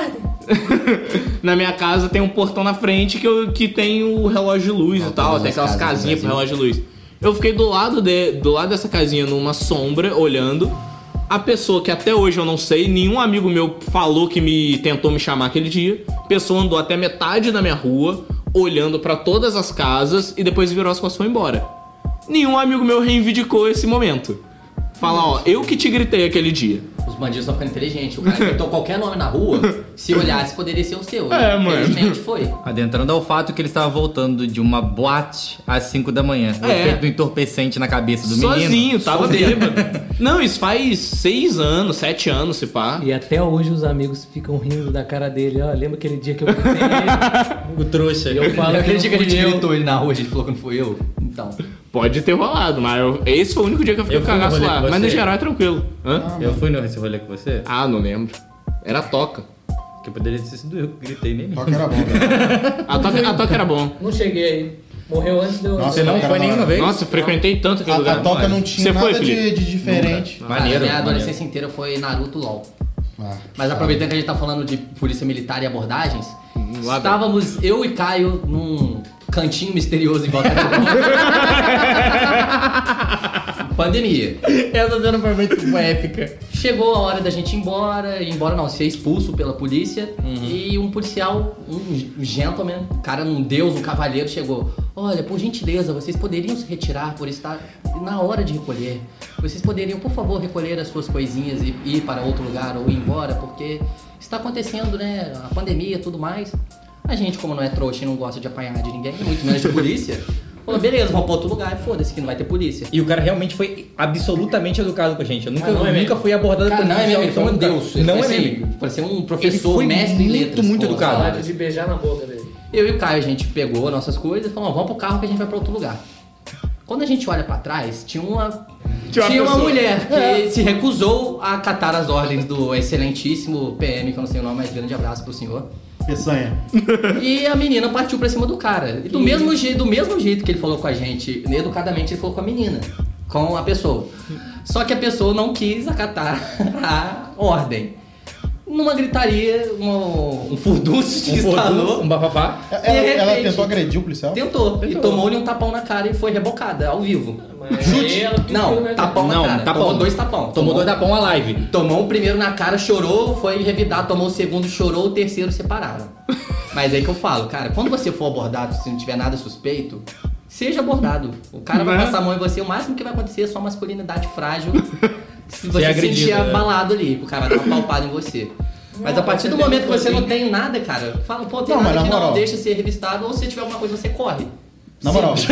Na minha casa tem um portão na frente que tem o relógio de luz e tal, todas tem as aquelas casas do casinhas pro Brasil. relógio de luz. Eu fiquei do lado dessa casinha, numa sombra, olhando. A pessoa que até hoje eu não sei, nenhum amigo meu falou que tentou me chamar aquele dia. A pessoa andou até metade da minha rua, olhando pra todas as casas e depois virou as costas e foi embora. Nenhum amigo meu reivindicou esse momento. Fala, ó, eu que te gritei aquele dia. Os bandidos estão ficando inteligentes. O cara gritou qualquer nome na rua, se olhasse, poderia ser o seu. É, mano. Infelizmente foi. Adentrando ao fato que ele estava voltando de uma boate às 5 da manhã. O É. efeito do entorpecente na cabeça do menino. Sozinho, tava bêbado. Não, isso faz 6 anos, 7 anos, se pá. E até hoje os amigos ficam rindo da cara dele. Ó, lembra aquele dia que eu gritei ele? O trouxa. E eu falo que Aquele não dia que a fui gente eu. gritou ele na rua, a gente falou que não fui eu. Então. Pode ter rolado, mas esse foi o único dia que eu fiquei Eu com fui no cagaço rolê lá. com Mas no você. geral é tranquilo. Hã? Eu fui nesse rolê com você? Ah, não lembro. Era a toca. Que poderia ter sido eu que gritei nele. Só que era bom, velho. A toca era bom. Não cheguei aí. Morreu antes de eu... Nossa, Você não Toca foi era nenhuma da hora. vez? Nossa, eu frequentei tanto aquele A lugar. toca não tinha Você foi, nada Felipe? de diferente. Maneiro, A minha maneiro. adolescência inteira foi Naruto LOL. Ah, Mas aproveitando que a gente tá falando de polícia militar e abordagens, Lá estávamos eu e Caio num cantinho misterioso em Volta Redonda. Pandemia. Essa cena foi muito épica. Chegou a hora da gente ir embora não, ser expulso pela polícia. E um policial, um gentleman, cara, um deus, um cavalheiro, chegou. Olha, por gentileza, vocês poderiam se retirar por estar na hora de recolher. Vocês poderiam, por favor, recolher as suas coisinhas e ir para outro lugar ou ir embora, porque está acontecendo, né, a pandemia e tudo mais. A gente, como não é trouxa e não gosta de apanhar de ninguém, muito menos de polícia, falou, beleza, vamos para outro lugar e foda-se que não vai ter polícia. E o cara realmente foi absolutamente educado com a gente. Eu nunca, Ah, não é nunca fui abordado Cara, por não é mesmo, ele foi um educado. deus. Ele Não foi é assim, mesmo. parecia um Ele professor, foi mestre em muito, letras. muito pô, educado. Saudade de beijar na boca dele. Eu e o Caio, a gente pegou nossas coisas e falou, vamos pro carro que a gente vai pra outro lugar. Quando a gente olha pra trás, tinha uma mulher que se recusou a acatar as ordens do excelentíssimo PM, que eu não sei o nome, mas grande abraço pro senhor. Peçanha. E a menina partiu pra cima do cara. E do mesmo jeito que ele falou com a gente, educadamente ele falou com a menina, com a pessoa. Só que a pessoa não quis acatar a ordem. Numa gritaria, um furdúncio se instalou. Um bafafá. Ela tentou agredir o policial? Tentou. E tomou-lhe um tapão na cara e foi rebocada, ao vivo. Chute. Não, tapão na cara. Tapão. Tomou 2 tapão. Tomou 2 tapão a live. Tomou o primeiro na cara, chorou, foi revidar, tomou o segundo, chorou, o terceiro separaram. Mas aí que eu falo, cara, quando você for abordado, se não tiver nada suspeito, seja abordado. O cara vai passar a mão em você, o máximo que vai acontecer é sua masculinidade frágil. Se você se sentir abalado ali, o cara vai dar uma palpada em você. Mas a partir do momento que você não tem nada, cara, fala, pô, tem nada que não deixa ser revistado, ou se tiver alguma coisa, você corre. Na moral. Se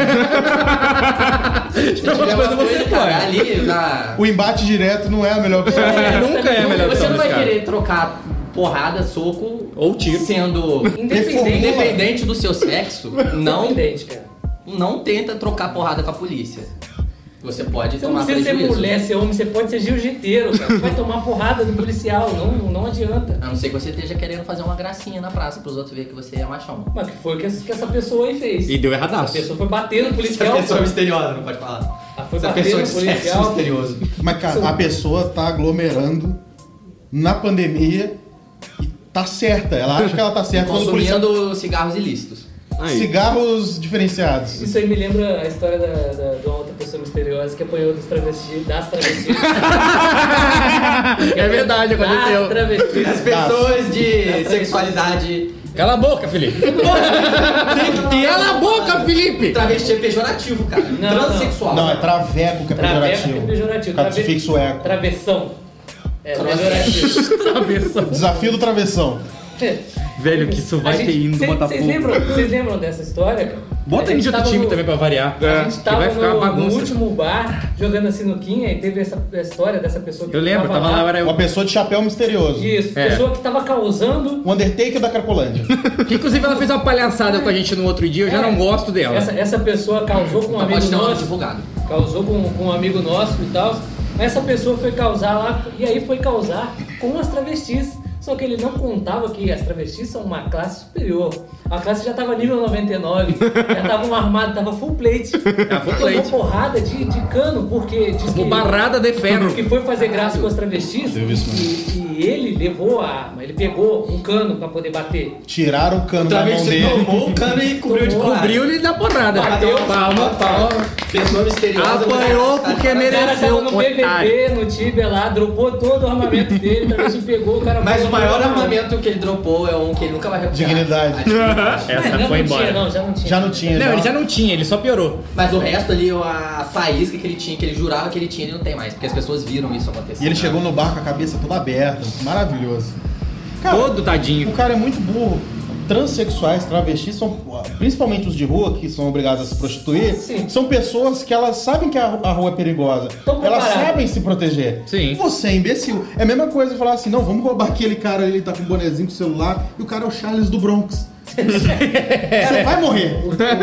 tiver alguma coisa, cara, ali na... O embate direto não é a melhor opção. Nunca é a melhor opção. Você não vai querer trocar porrada, soco ou tiro. Sendo independente do seu sexo, não tenta trocar porrada com a polícia. Você pode tomar prejuízo. Você não precisa ser mulher, ser homem, você pode ser jiu-jiteiro, cara. Você vai tomar porrada do policial, não adianta. A não ser que você esteja querendo fazer uma gracinha na praça pros outros verem que você é machão. Mas que foi o que essa pessoa aí fez. E deu erradaço. Essa pessoa foi bater no policial. Essa pessoa misteriosa, não pode falar. Ela foi essa bater pessoa no de policial. sexo misterioso. Mas, cara, a pessoa tá aglomerando na pandemia e tá certa. Ela acha que ela tá certa. Consumindo cigarros ilícitos. Aí. Cigarros diferenciados. Isso aí me lembra a história de uma outra pessoa misteriosa que apanhou das travestis. É verdade, aconteceu. As pessoas de sexualidade. Cala a boca, Felipe. Cala a boca, Felipe. Travesti é pejorativo, cara. Transsexual. Não, é traveco que é pejorativo. Crucifixo eco. Travessão. É pejorativo. Travessão. Desafio do travessão. Velho, que isso vai ter indo no Botafogo. Vocês lembram dessa história, cara? Bota aí de outro time também pra variar. A gente tava vai ficar no último bar jogando a sinuquinha e teve essa história dessa pessoa que eu lembro, tava lá. Era uma pessoa de chapéu misterioso. Isso, pessoa que tava causando. O Undertaker da Cracolândia. Que inclusive ela fez uma palhaçada com a gente no outro dia, eu já não gosto dela. Essa pessoa causou com um amigo nosso. Divulgado. Causou com um amigo nosso e tal. Essa pessoa foi causar lá, e aí foi causar com as travestis. Só que ele não contava que as travestis são uma classe superior. A classe já tava nível 99, já tava armado, tava full plate. Tomou porrada de cano, porque diz que... barrada de ferro. Que foi fazer graça com as travestis e ele levou a arma, ele pegou um cano pra poder bater. Tiraram o cano da mão dele. Tomou o cano e cobriu de porrada. Cobriu-lhe da porrada. Bateu, palma. Pessoa misteriosa. Apanhou porque mereceu. O cara tava no PVP, no Tibia lá, dropou todo o armamento dele, a travesti pegou, o cara... Mas o maior armamento que ele dropou é um que ele nunca vai recuperar. Dignidade. Essa foi embora. Já não tinha. Não, ele já não tinha, ele só piorou. Mas o resto ali, a faísca que ele tinha, que ele jurava que ele tinha, ele não tem mais. Porque as pessoas viram isso acontecer. E ele chegou no bar com a cabeça toda aberta. Maravilhoso. Cara, todo tadinho. O cara é muito burro. Transsexuais, travestis, são, principalmente os de rua, que são obrigados a se prostituir, são pessoas que elas sabem que a rua é perigosa. Elas sabem se proteger. Sim. Você é imbecil. É a mesma coisa falar assim, não, vamos roubar aquele cara, ele tá com um bonezinho com celular, e o cara é o Charles do Bronx. Você vai morrer.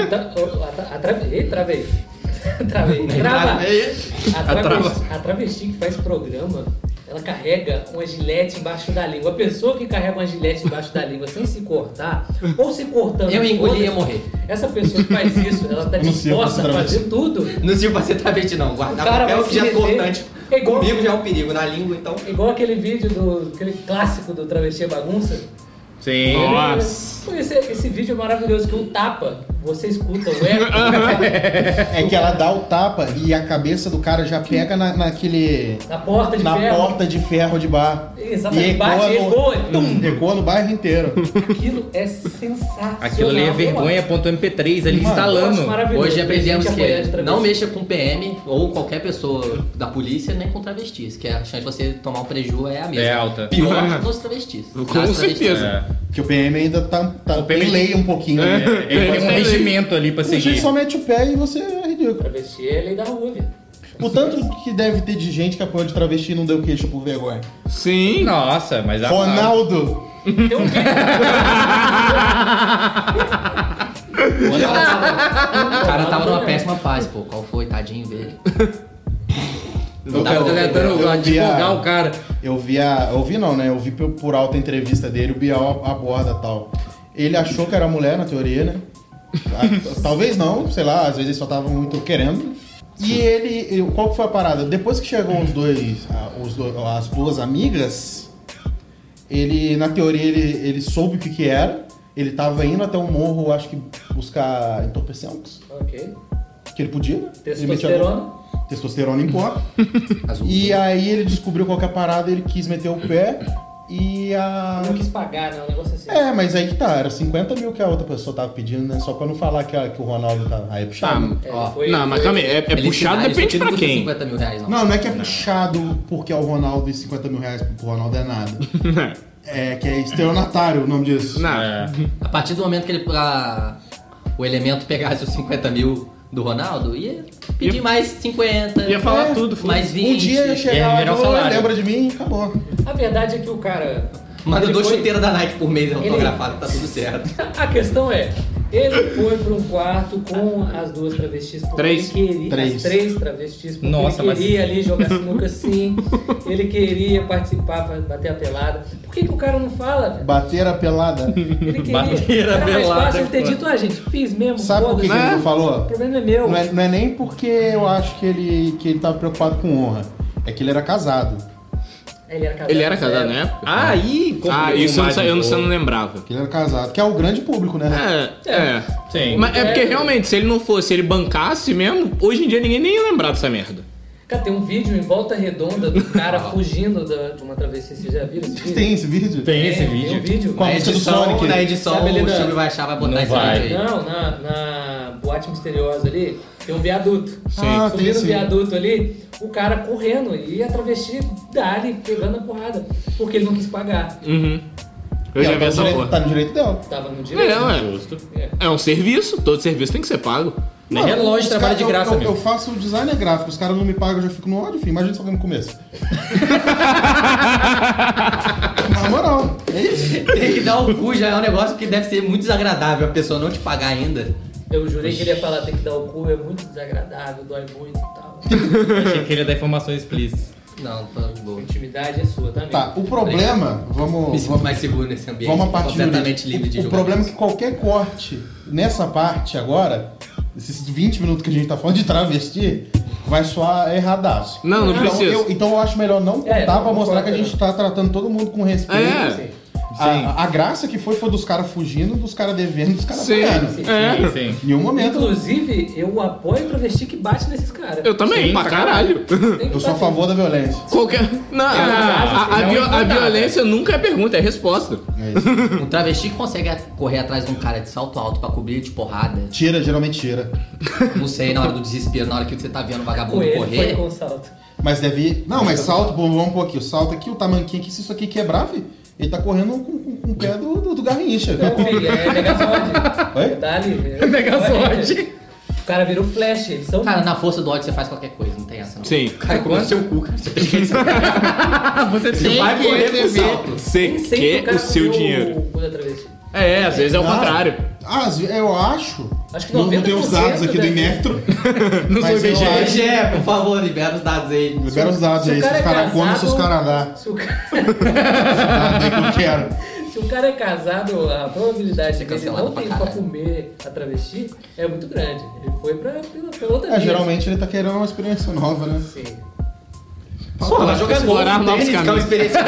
A travesti que faz programa, ela carrega uma gilete embaixo da língua. A pessoa que carrega uma gilete embaixo da língua sem se cortar, ou se cortando... Eu engoli e ia morrer. Essa pessoa que faz isso, ela tá disposta a fazer tudo. Não sirva pra ser travesti, não. Guardar papel que já é cortante. Comigo já é um perigo na língua, então... Igual aquele vídeo, aquele clássico do Travesti é Bagunça. Sim. Nossa. Esse vídeo é maravilhoso, que o tapa, você escuta o eco. É que ela dá o tapa e a cabeça do cara já pega naquele... Na porta de ferro. Na porta de ferro de bar. Exatamente. E ecoa no bairro inteiro. Aquilo é sensacional. Aquilo ali é vergonha.mp3 ali instalando. Hoje aprendemos que não mexa com PM ou qualquer pessoa da polícia, nem com travestis, que a chance de você tomar um prejuízo é a mesma. É alta. Pior dos travestis. Com certeza. Porque o PM ainda tem lei um pouquinho. Ele tem um regimento ali pra seguir. Você só mete o pé e você é ridículo. Travesti é lei da rua, velho. O tanto que deve ter de gente que apoia de travesti e não deu queixa por vergonha. Sim. Nossa, mas... Ronaldo! Tem um vídeo. O cara tava numa péssima fase, pô. Qual foi? Tadinho dele. O cara tá tentando advogar o cara. Eu vi por alta entrevista dele, o Bial aborda tal. Ele achou que era mulher, na teoria, né? Talvez não, sei lá, às vezes ele só tava muito querendo. E qual que foi a parada? Depois que chegou as duas amigas, ele, na teoria, ele soube o que era. Ele tava indo até um morro, acho que buscar entorpecentes. Ok. Que ele podia, né? Testosterona em pó. E aí ele descobriu qual que é a parada, ele quis meter o pé e Não quis pagar, né? Um negócio assim. Mas aí que tá, era 50 mil que a outra pessoa tava pedindo, né? Só pra não falar que o Ronaldo tá... Aí é puxado. Não, mas calma aí, é puxado, depende pra quem. 50 mil reais, Não é que é puxado porque é o Ronaldo e 50 mil reais pro Ronaldo é nada. É que é estelionatário o nome disso. Não. A partir do momento que o elemento pegasse os 50 mil do Ronaldo, ia pedir mais 50. Ia falar tudo. Mais 20. Um dia ia chegar lá, lembra de mim e acabou. A verdade é que o cara... Manda 2 chuteiras da Nike por mês autografado, tá tudo certo. A questão é, ele foi para um quarto com as duas travestis porque ele queria, as 3 travestis, porque ele queria ali jogar sinuca sim, ele queria participar, bater a pelada. Por que o cara não fala, velho? Bater a pelada. Ele queria. Bater a Era mais pelada, fácil ele ter dito, gente, fiz mesmo. Sabe por que ele não falou? O problema é meu. Não é nem porque eu acho que ele tava preocupado com honra. É que ele era casado. Ele era casado, né? Isso eu não lembrava. Que ele era casado, que é o grande público, né? Sim. Mas é porque realmente, se ele não fosse, ele bancasse mesmo, hoje em dia ninguém nem ia lembrar dessa merda. Cara, tem um vídeo em volta redonda do cara fugindo de uma travessia. Vocês já viram esse vídeo? Tem esse vídeo? Tem esse Tem um vídeo. Com a música do Sonic. Na edição, Sabe, o Silvio vai achar, vai botar Não esse vai. vídeo aí. Não, na boate misteriosa ali, tem um viaduto. Tem Subindo o esse viaduto ali, o cara correndo e a travesti dali, pegando a porrada. Porque ele não quis pagar. Eu já vi essa porra. Tá no direito dela. Tava no direito. Justo. É um serviço, todo serviço tem que ser pago. Nem relógio trabalha de graça, eu faço design gráfico, os caras não me pagam, eu já fico no ódio, filho. Imagina só no começo. Na moral, é isso. Tem que dar o cu, já é um negócio que deve ser muito desagradável a pessoa não te pagar ainda. Eu jurei que ele ia falar, tem que dar o cu, é muito desagradável, dói muito e tal. Achei que ele ia dar informações explícitas. Não, tô de boa. A intimidade é sua também. Tá, o problema, Me sinto mais seguro nesse ambiente. Vamos a parte completamente jurídica. livre de O julgamento. problema é que qualquer corte nessa parte agora, esses 20 minutos que a gente tá falando de travesti, vai soar erradaço. Não Então, precisa. Então eu acho melhor não contar pra não mostrar que a conta, gente tá tratando todo mundo com respeito. Sim. A graça que foi dos caras fugindo, dos caras devendo, dos caras pagando. Sim. Em um momento. Inclusive, eu apoio o travesti que bate nesses caras. Eu também, Sim, pra pra caralho. Tem que Eu sou a bater. favor da violência. Não, a violência nunca é pergunta, é resposta. É isso. Um travesti que consegue correr atrás de um cara de salto alto pra cobrir de porrada. Geralmente tira. Não sei, na hora do desespero, na hora que você tá vendo o Com vagabundo ele foi correr. com salto. Mas deve ir. Não, mas salto, vamos pôr aqui. O salto aqui, o tamanquinho aqui, se isso aqui quebrar, filho, ele tá correndo com o pé do Garrincha. Não, filho, é Megazord. Oi? Dali. Megazord. O cara virou Flash, eles são... Cara, na força do ódio você faz qualquer coisa, não tem essa não. Sim. O cara comeu seu cu, cara. Você tem que receber. Você Você vai correr pro salto. Você Nem sempre quer cara o seu comeu dinheiro. O cu da travesti. Às vezes é o contrário. Eu acho. Acho que Não 90% tenho os dados aqui do da- Inmetro. Não sou Mas eu IBGE. acho- GE, por favor, libera os dados aí. Libera os dados Se o aí, se cara os é caras comem, se os casado- caras dão. Se o cara... É que eu quero. Se o cara é casado, a probabilidade de ele cancelado não pra ter ido pra caralho. comer a travesti é muito grande. Ele foi pela outra via. Geralmente ele tá querendo uma experiência nova, né? Sim. Porra, vai jogar explorar golfe, novos tênis, que é uma caminhos. experiência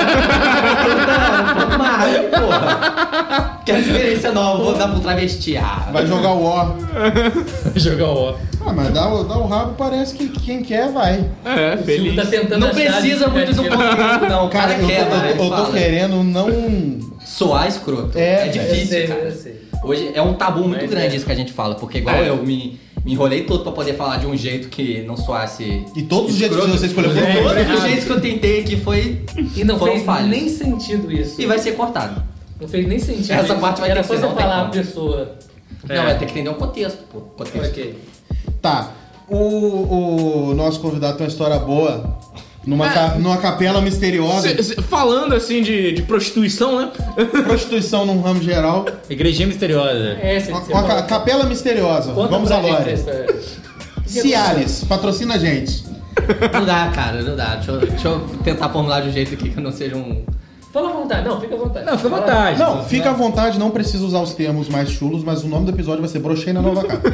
nova. Mario, porra. Quero experiência nova, vou dar pro travesti. Vai jogar o War. Jogar o Mas dá o rabo, parece que quem quer vai. O Silvio Feliz. tá tentando Não achar precisa muito do justificativa. conteúdo, não. O cara quer, mano. eu tô querendo não. Soar escroto. É, É difícil, Eu cara. sei. Hoje é um tabu muito Mas grande é. isso que a gente fala, porque igual eu me enrolei todo pra poder falar de um jeito que não soasse. E todos os jeitos que escroto. você escolheu foram todos Todos os errados. jeitos que eu tentei aqui foi. E não foram fez falhos. nem sentido isso. E vai ser cortado. Não fez nem sentido Essa isso. parte vai Era ter só que ser, você não tem falar a como. pessoa. Não, vai ter que entender o contexto, pô. Contexto. Ok. Tá. O nosso convidado tem uma história boa numa capela misteriosa. Falando assim de prostituição, né? Prostituição num ramo geral. Igrejinha misteriosa. Uma capela misteriosa. Vamos à Lore. Cialis, patrocina a gente. Não dá, cara, não dá. Deixa eu tentar formular de um jeito aqui que eu não seja um... Fala à vontade. Não, fica à vontade. Não, fica à vontade. Não, fica à vontade, não precisa usar os termos mais chulos, mas o nome do episódio vai ser Brochei na Nova Casa.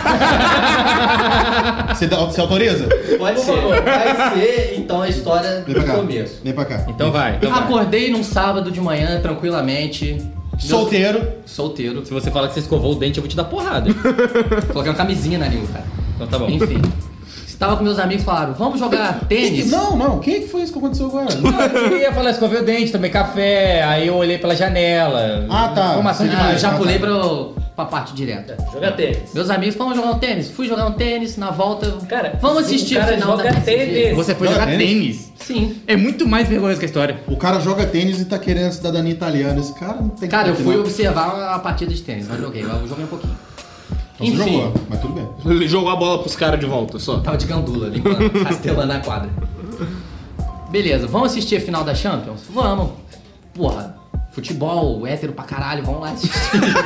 Você autoriza? Pode ser. Vai ser, então, a história do começo. Vem pra cá. Então vai. Acordei num sábado de manhã, tranquilamente. Solteiro. Solteiro. Se você fala que você escovou o dente, eu vou te dar porrada. Coloquei uma camisinha na língua, cara. Então tá bom. Enfim. Estava com meus amigos e falaram, vamos jogar tênis? Não. Quem é que foi isso que aconteceu agora? Eu ia falar, escovei o dente, tomei café, aí eu olhei pela janela. Ah, tá. Informação demais. Eu já pulei pra parte direta. Jogar tênis. Meus amigos, vamos jogar um tênis. Fui jogar um tênis, na volta... Cara, vamos assistir o cara o final joga da tênis. Você foi Joga jogar tênis? Sim. É muito mais vergonhoso que a história. O cara joga tênis e tá querendo cidadania italiana. Esse cara não tem Cara, eu que fui não. observar a partida de tênis, não joguei. Eu joguei um pouquinho. Então você jogou, mas tudo bem. Ele jogou a bola pros caras de volta, só. Tava de gandula, limpando, rastelando a quadra. Beleza, vamos assistir a final da Champions? Vamos. Porra, futebol, hétero pra caralho, vamos lá assistir.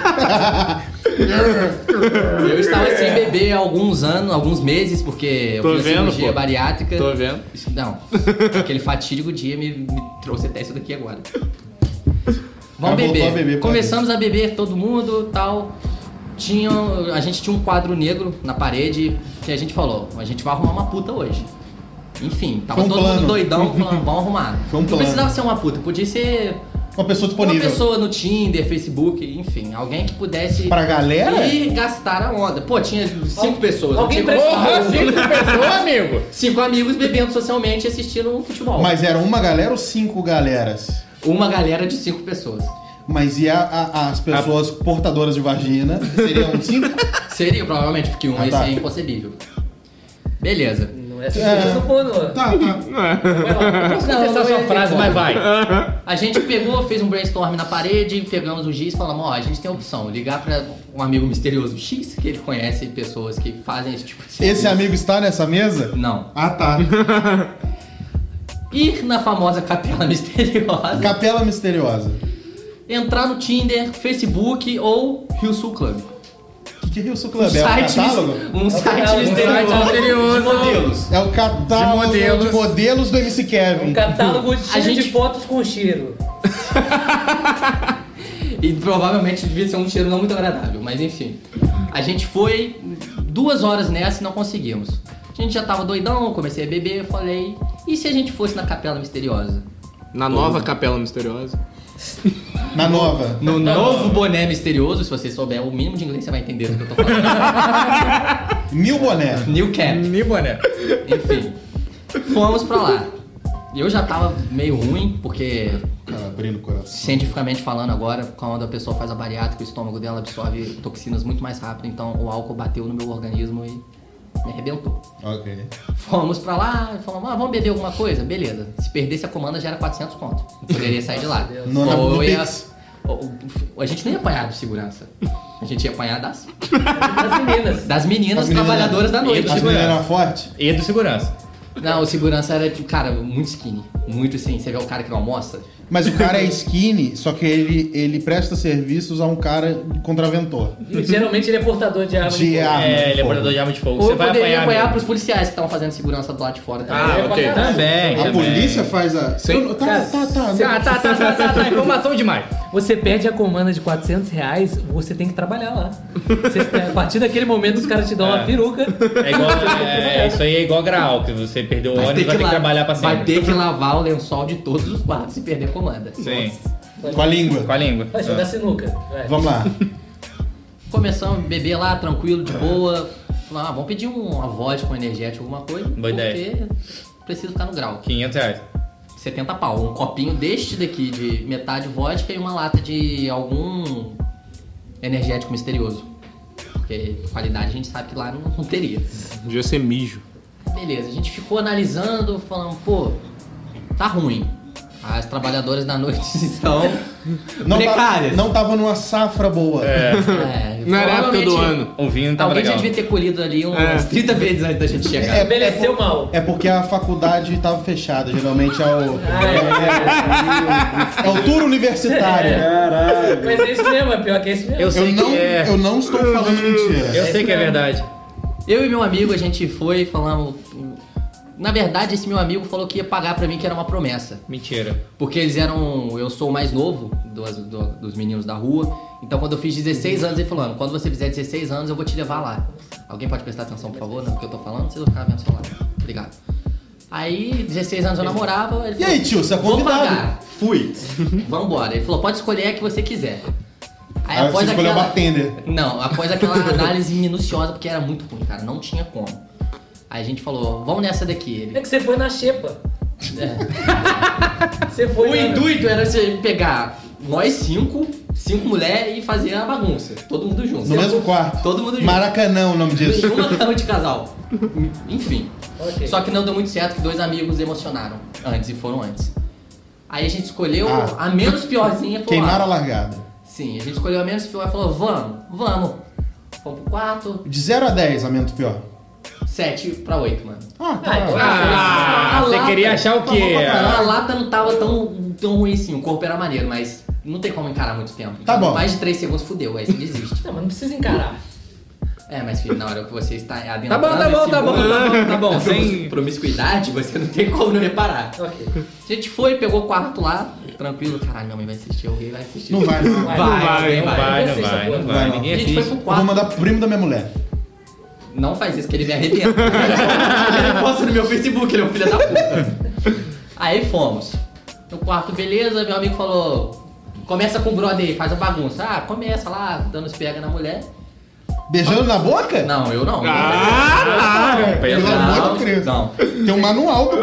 Eu estava sem beber há alguns meses, porque eu fiz a cirurgia bariátrica. Tô vendo. Não, aquele fatídico dia me trouxe até isso daqui agora. Vamos beber. Começamos a beber todo mundo e tal. A gente tinha um quadro negro na parede que a gente falou, a gente vai arrumar uma puta hoje. Enfim, tava todo mundo doidão falando, vamos arrumar. Não precisava ser uma puta, podia ser uma pessoa disponível. Uma pessoa no Tinder, Facebook, enfim, alguém que pudesse pra galera e gastar a onda. Pô, tinha 5 pessoas. Alguém Porra, 5 pessoas, amigo? 5 amigos bebendo socialmente e assistindo futebol. Mas era uma galera ou 5 galeras? Uma galera de 5 pessoas. Mas e as pessoas portadoras de vagina? Seriam 5? Seria, provavelmente, porque esse é inconcebível. Beleza. Não é assim que eu pô, não. Tá. Posso contestar sua frase, mas vai. A gente pegou, fez um brainstorm na parede, pegamos o giz e falamos, a gente tem a opção, ligar pra um amigo misterioso X, que ele conhece pessoas que fazem esse tipo de serviço. Esse amigo está nessa mesa? Não. Ah, tá. Ir na famosa Capela Misteriosa. Capela Misteriosa. Entrar no Tinder, Facebook ou Rio Sul Club. O que é Rio Sul Club? É o catálogo? Um site misterioso de modelos. É o catálogo de modelos do MC Kevin. Um catálogo de fotos com cheiro. E provavelmente devia ser um cheiro não muito agradável, mas enfim. A gente foi 2 horas nessa e não conseguimos. A gente já tava doidão, comecei a beber, falei, e se a gente fosse na Capela Misteriosa? Na nova Capela Misteriosa. Na nova. No novo boné misterioso, se você souber o mínimo de inglês, você vai entender do que eu tô falando. New boné. New cap. New boné. Enfim, fomos pra lá. Eu já tava meio ruim, porque... Cara, abrindo o coração. Cientificamente falando agora, quando a pessoa faz a bariátrica, o estômago dela absorve toxinas muito mais rápido, então o álcool bateu no meu organismo e me arrebentou. Ok. Fomos pra lá e falamos, vamos beber alguma coisa? Beleza. Se perdesse a comanda já era 400 conto. Não poderia sair de lá. No Pix. A gente não ia apanhar do segurança. A gente ia apanhar das meninas. Das meninas trabalhadoras da noite. As meninas eram fortes? E do segurança. Não, o segurança era, cara, muito skinny. Muito assim, você vê o cara que não almoça. Mas o cara é skinny, só que ele presta serviços a um cara contraventor. E geralmente ele é portador de arma de fogo. Ele é portador de arma de fogo. Ou você vai apanhar pros policiais que estavam fazendo segurança do lado de fora também. Ah, ok. Também. A polícia faz a... Tá. Informação demais. Você perde a comanda de R$400, você tem que trabalhar lá. A partir daquele momento os caras te dão uma peruca. Isso aí é igual grau, que você perdeu o ônibus e vai ter que trabalhar pra sempre. Vai ter que lavar o lençol de todos os quartos e perder a comanda. Sim. Com a língua. Vai jogar sinuca. Vai. Vamos lá. Começamos a beber lá, tranquilo, de boa. Falamos, vamos pedir uma vodka, um energético, alguma coisa. Boa ideia. Porque preciso ficar no grau. R$500. 70 pau. Um copinho deste daqui de metade vodka e uma lata de algum energético misterioso. Porque qualidade a gente sabe que lá não teria. Devia ser mijo. Beleza, a gente ficou analisando, falando, pô, tá ruim. As trabalhadoras da noite estão precárias. Não tava numa safra boa. Não era a época do ano. O vinho tava alguém legal. já devia ter colhido ali umas 30 vezes antes da gente chegar. Envelheceu mal. É porque a faculdade tava fechada. Geralmente é o tour universitário. Caralho. Mas é isso mesmo, é pior que é isso mesmo. Eu não estou falando mentira. Eu sei que é verdade. Eu e meu amigo, a gente foi, falamos... Na verdade, esse meu amigo falou que ia pagar pra mim, que era uma promessa. Mentira. Porque eles eram... Eu sou o mais novo dos meninos da rua. Então, quando eu fiz 16 anos, ele falou, quando você fizer 16 anos, eu vou te levar lá. Alguém pode prestar atenção, por favor, no que eu tô falando? Vocês vão ficar vendo o celular. Obrigado. Aí, 16 anos eu namorava. Ele falou, e aí, tio, você é vou convidado? pagar. Fui. Vambora. Ele falou, pode escolher a que você quiser. Aí você escolheu bartender. Não, após aquela análise minuciosa, porque era muito ruim, cara. Não tinha como. Aí a gente falou, vamos nessa daqui. É que você foi na xepa. Você foi O intuito era você pegar nós cinco mulheres e fazer a bagunça. Todo mundo junto. No mesmo quarto. Todo mundo junto. Maracanã, o nome disso. Uma cama de casal. Enfim. Ok. Só que não deu muito certo, que 2 amigos emocionaram antes e foram antes. Aí a gente escolheu a menos piorzinha. Queimaram a largada. Sim, a gente escolheu a menos pior e falou, vamos. Fomos pro quarto. De 0 a 10, a menos pior. 7 pra 8, mano. Você queria achar o quê? A lata não tava tão ruim assim, o corpo era maneiro, mas não tem como encarar muito tempo. Tá bom. Mais de 3 segundos fudeu, aí você desiste. Não, mas não precisa encarar. Mas filho, na hora que você está adentrando Tá bom. na Sem... promiscuidade, você não tem como não reparar. Ok. A gente foi, pegou o quarto lá, tranquilo, caralho, minha mãe vai assistir, alguém vai assistir. Não vai. Não vai. Ninguém A gente foi pro assiste. Eu vou quarto. mandar pro primo da minha mulher. Não faz isso, que ele me arrebenta. Ele posta no meu Facebook, ele é um filho da puta. Aí fomos. No quarto, beleza, meu amigo falou, começa com o brother aí, faz a bagunça. Começa lá, dando os pega na mulher. Beijando na boca? Não, eu não. Pelo amor de Deus. Não. Tem um manual pra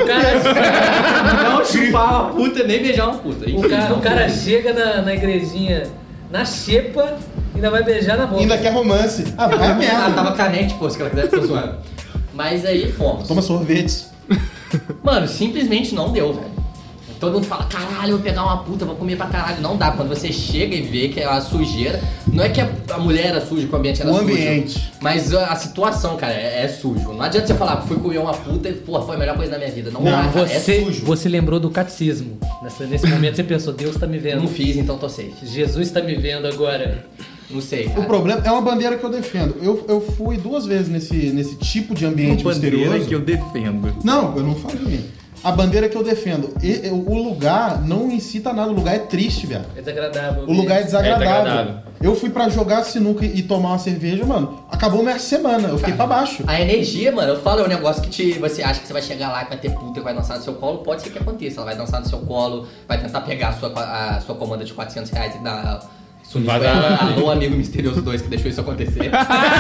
Não chupar uma puta, nem beijar uma puta. Enfim, O cara chega na igrejinha, na xepa, e ainda vai beijar na boca. Ainda quer romance. Vai a Ela merda. tava carente, pô, se ela quiser, tô zoando. Mas aí fomos. Toma sorvetes. Mano, simplesmente não deu, velho. Todo mundo fala, caralho, eu vou pegar uma puta, vou comer pra caralho. Não dá, quando você chega e vê que é uma sujeira. Não é que a mulher era suja, que o ambiente era sujo. O ambiente. Mas a situação, cara, é sujo. Não adianta você falar, fui comer uma puta e, pô, foi a melhor coisa da minha vida. Não dá, cara, é sujo. Você lembrou do catecismo. Nesse momento você pensou, Deus tá me vendo. Não fiz, então tô safe. Jesus tá me vendo agora. Não sei, cara. O problema é uma bandeira que eu defendo. Eu fui 2 vezes nesse tipo de ambiente misterioso. que eu defendo. Não, eu não falei. A bandeira que eu defendo. O lugar não incita nada. O lugar é triste, velho. É desagradável. O lugar é desagradável. É desagradável. Eu fui pra jogar sinuca e tomar uma cerveja, mano. Acabou minha semana. Eu fiquei pra baixo. A energia, mano, eu falo, é um negócio que você acha que você vai chegar lá, que vai ter puta, que vai dançar no seu colo. Pode ser que aconteça. Ela vai dançar no seu colo, vai tentar pegar a sua comanda de R$400 e dar... Alô, amigo misterioso 2 que deixou isso acontecer.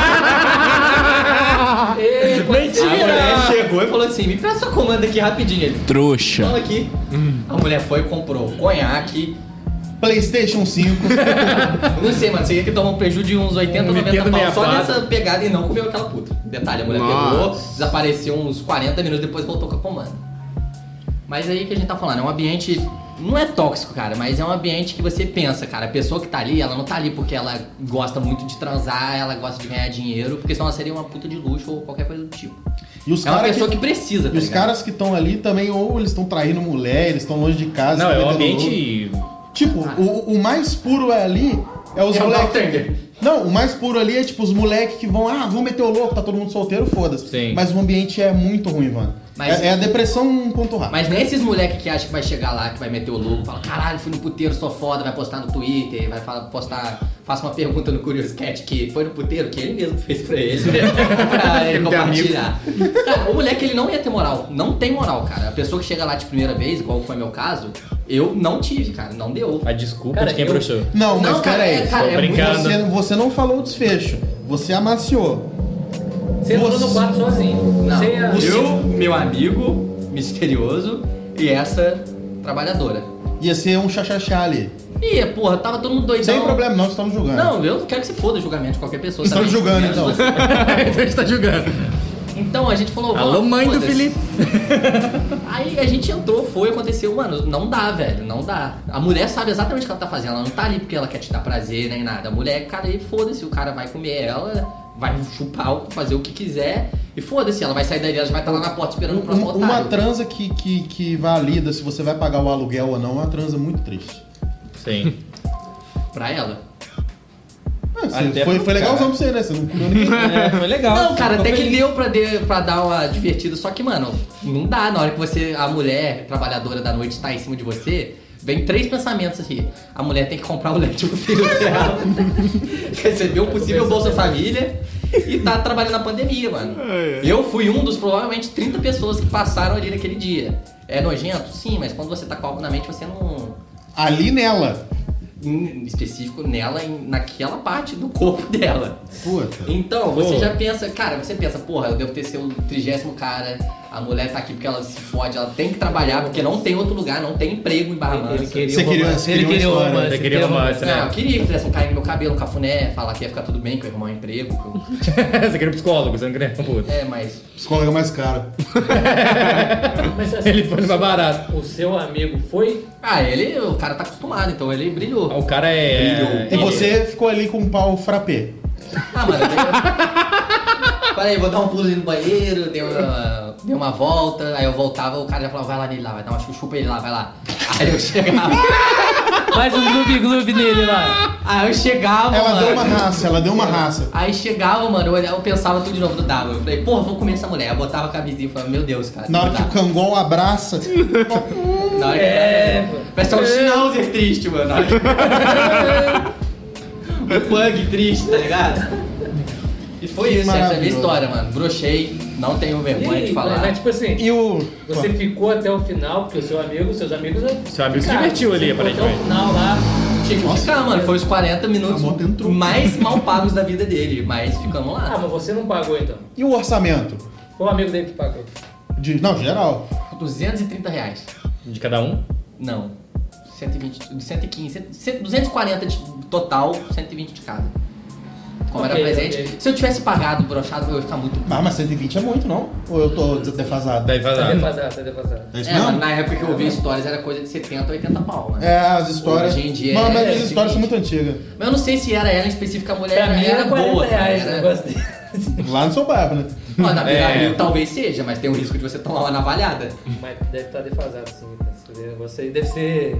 Mentira! A mulher chegou e falou assim, me presta sua comanda aqui rapidinho. Ele, Trouxa. fala aqui. A mulher foi e comprou conhaque. PlayStation 5. Não sei, mano, você ia que tomar um prejuízo de uns 80, 90 pau só 64. nessa pegada e não comeu aquela puta. Detalhe, a mulher pegou, desapareceu uns 40 minutos, depois voltou com a comanda. Mas aí que a gente tá falando, é um ambiente... Não é tóxico, cara, mas é um ambiente que você pensa, cara, a pessoa que tá ali, ela não tá ali porque ela gosta muito de transar, ela gosta de ganhar dinheiro, porque senão ela seria uma puta de luxo ou qualquer coisa do tipo. E os É uma cara pessoa que precisa, tá E os ligado? caras que estão ali também, ou eles estão traindo mulher, eles estão longe de casa. Não, é um bebendo ambiente... louco. Tipo, o mais puro é ali, é os É o moleques. bartender. Não, o mais puro ali é tipo os moleques que vão, vão meter o louco, tá todo mundo solteiro, foda-se. Sim. Mas o ambiente é muito ruim, mano. Mas- É a depressão 1.0. Mas nem esses moleques que acham que vai chegar lá, que vai meter o louco, fala, caralho, fui no puteiro, sou foda, vai postar no Twitter, vai postar, faça uma pergunta no Curious Cat que foi no puteiro, que ele mesmo fez pra ele, pra ele compartilhar. Cara, o moleque, ele não ia ter moral, não tem moral, cara. A pessoa que chega lá de primeira vez, igual foi meu caso, eu não tive, cara, não deu. A desculpa Cara, de quem eu- broxou. Não, mas Não, cara, peraí. cara, Tô brincando. Você não falou o desfecho. Você amaciou. Você entrou no quarto sozinho. Não, Você ia... eu, meu amigo misterioso e essa trabalhadora. Ia ser um chachachá ali. E, porra, tava todo mundo doidão. Sem problema, nós estamos julgando. Não, eu quero que você foda o julgamento de qualquer pessoa. Estamos também. julgando, Menos então. você. Então a gente tá julgando. Então a gente falou, Alô, mãe do foda-se. Felipe. Aí a gente entrou, aconteceu, mano, não dá, velho, não dá. A mulher sabe exatamente o que ela tá fazendo, ela não tá ali porque ela quer te dar prazer nem nada. A mulher, cara, e foda-se, o cara vai comer ela, vai chupar, fazer o que quiser, e foda-se, ela vai sair dali, ela já vai estar lá na porta esperando o próximo otário. Uma transa que valida se você vai pagar o aluguel ou não, é uma transa muito triste. Sim. Pra ela. Foi legalzão pra você, né? Você não comeu ninguém. Foi legal. Não, cara, Ficou até que feliz. deu pra dar uma divertida, só que, mano, não dá. Na hora que a mulher trabalhadora da noite tá em cima de você, vem 3 pensamentos aqui. A mulher tem que comprar o leite pro filho dela, receber o possível Bolsa Família e tá trabalhando na pandemia, mano. Eu fui um dos provavelmente 30 pessoas que passaram ali naquele dia. É nojento? Sim, mas quando você tá com algo na mente, você não... Ali nela. Em específico nela, naquela parte do corpo dela. Puta. Então, você já pensa, cara, você pensa, porra, eu devo ter sido o 30º cara, a mulher tá aqui porque ela se fode, ela tem que trabalhar, porque não tem outro lugar, não tem emprego em Barra Mansa. Você queria romance. Você queria romance, Não, né? eu queria que fizesse um carinho no meu cabelo, um cafuné, falar que ia ficar tudo bem, que eu ia arrumar um emprego. Você queria um psicólogo, você não queria um puto. Mas... Psicólogo é mais caro. Mas assim, Ele foi mais barato. o seu amigo foi? o cara tá acostumado, então ele brilhou. O cara é... E você ficou ali com um pau frappé. Mano, falei, vou dar um pulo ali no banheiro, dei uma volta, aí eu voltava, o cara já falava, vai lá nele lá, vai dar uma chupa ele lá, vai lá. Aí eu chegava. Faz um gloob-gloob nele lá. Aí eu chegava, Ela mano. deu uma raça. Aí chegava, mano, eu pensava tudo de novo, não dava. Eu falei, porra, vou comer essa mulher. Eu botava a camisinha e falava, meu Deus, cara. Na hora que o Kangol abraça. Na hora que parece um Schnauzer triste, mano. Um pug triste, tá ligado? E foi isso, essa é a minha maravilhoso. história, mano. Brochei, não tenho vergonha de falar. Mas tipo assim, E o. você ficou até o final, porque seus amigos Seu amigo se Cara, divertiu ali, você ficou aparentemente. até o final lá. Tinha que ficar, mano. Foi os 40 minutos A moto entrou. mais mal pagos da vida dele. Mas ficamos Ah, lá. mas você não pagou então. E o orçamento? Foi o amigo dele que pagou. Não, geral. R$230. De cada um? Não. 120, 115, 240 de total, 120 de cada. Como Ok, era presente. ok. Se eu tivesse pagado brochado, eu ia ficar muito. Mas 120 é muito, não? Ou eu tô defasado? Daí Tá vazado. defasado. É isso Mas mesmo? na época que eu ouvi histórias era coisa de 70, 80 pau, né? É, as histórias. Hoje em dia Mas é as histórias são muito antigas. Mas eu não sei se era ela em específica, a mulher Pra mim era era 40 boa. reais o Era... negócio dele. Lá no seu bairro, né? Ó, na Beira É. Rio talvez seja, mas tem o risco de você tomar uma navalhada. Mas deve estar defasado sim. Você deve ser...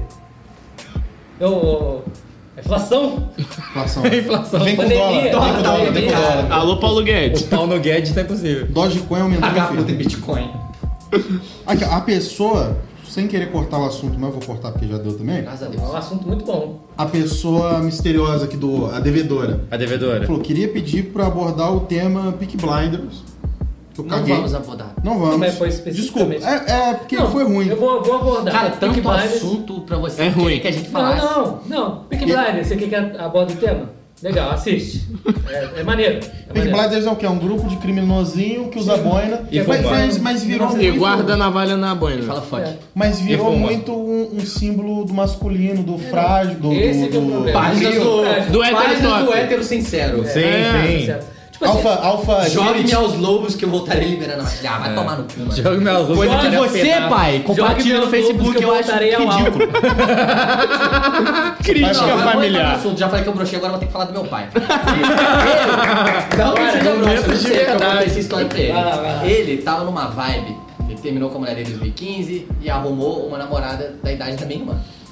Inflação? Inflação. Inflação. Vem com Pandemia. dólar. Vem com dólar, vem com dólar. Alô, Paulo Guedes. O pau no Guedes não é possível. Dogecoin aumentou. Pagar puta em filho. Bitcoin. Aqui, a pessoa, sem querer cortar o assunto, mas eu vou cortar porque já deu também. Graças a É um Deus. assunto muito bom. A pessoa misteriosa aqui a devedora, A devedora. falou, queria pedir pra abordar o tema Peaky Blinders. Que eu Não caguei. vamos abordar. Não vamos. Mas foi Desculpa. especificamente. É porque Não, foi ruim. Eu vou abordar. Cara, Peaky tanto Blinders- assunto pra você É querer ruim. que a gente falasse. Não. Peaky Blinders, você quer que aborde o tema? Legal, assiste. É maneiro. Peaky Blinders é o quê? É um grupo de criminosinho que usa boina. E mas virou E E muito... guarda a navalha na boina. Fala fuck. É. Mas virou E fuma. muito um símbolo do masculino, do frágil, do... Esse que é o problema. Páginas do hétero páginas top. do hétero sincero. Sim, É. sim. Tipo assim, Alfa Jogue-me aos lobos que eu voltarei liberando. Ah, vai tomar no cu, mano. Joga meus Coisa que Joga você, pedaço. pai, compartilha no meus Facebook, lobos que eu eu acho voltarei ao ridículo. Crítica Não, mas vou entrar no familiar. assunto. Já falei que eu brochei, agora vou ter que falar do meu pai. Ele, não que seja broxa, eu sei que eu contei essa história pra ele. Vai lá. Ele tava numa vibe, ele terminou com a mulher dele em 2015 e arrumou uma namorada da idade da minha irmã.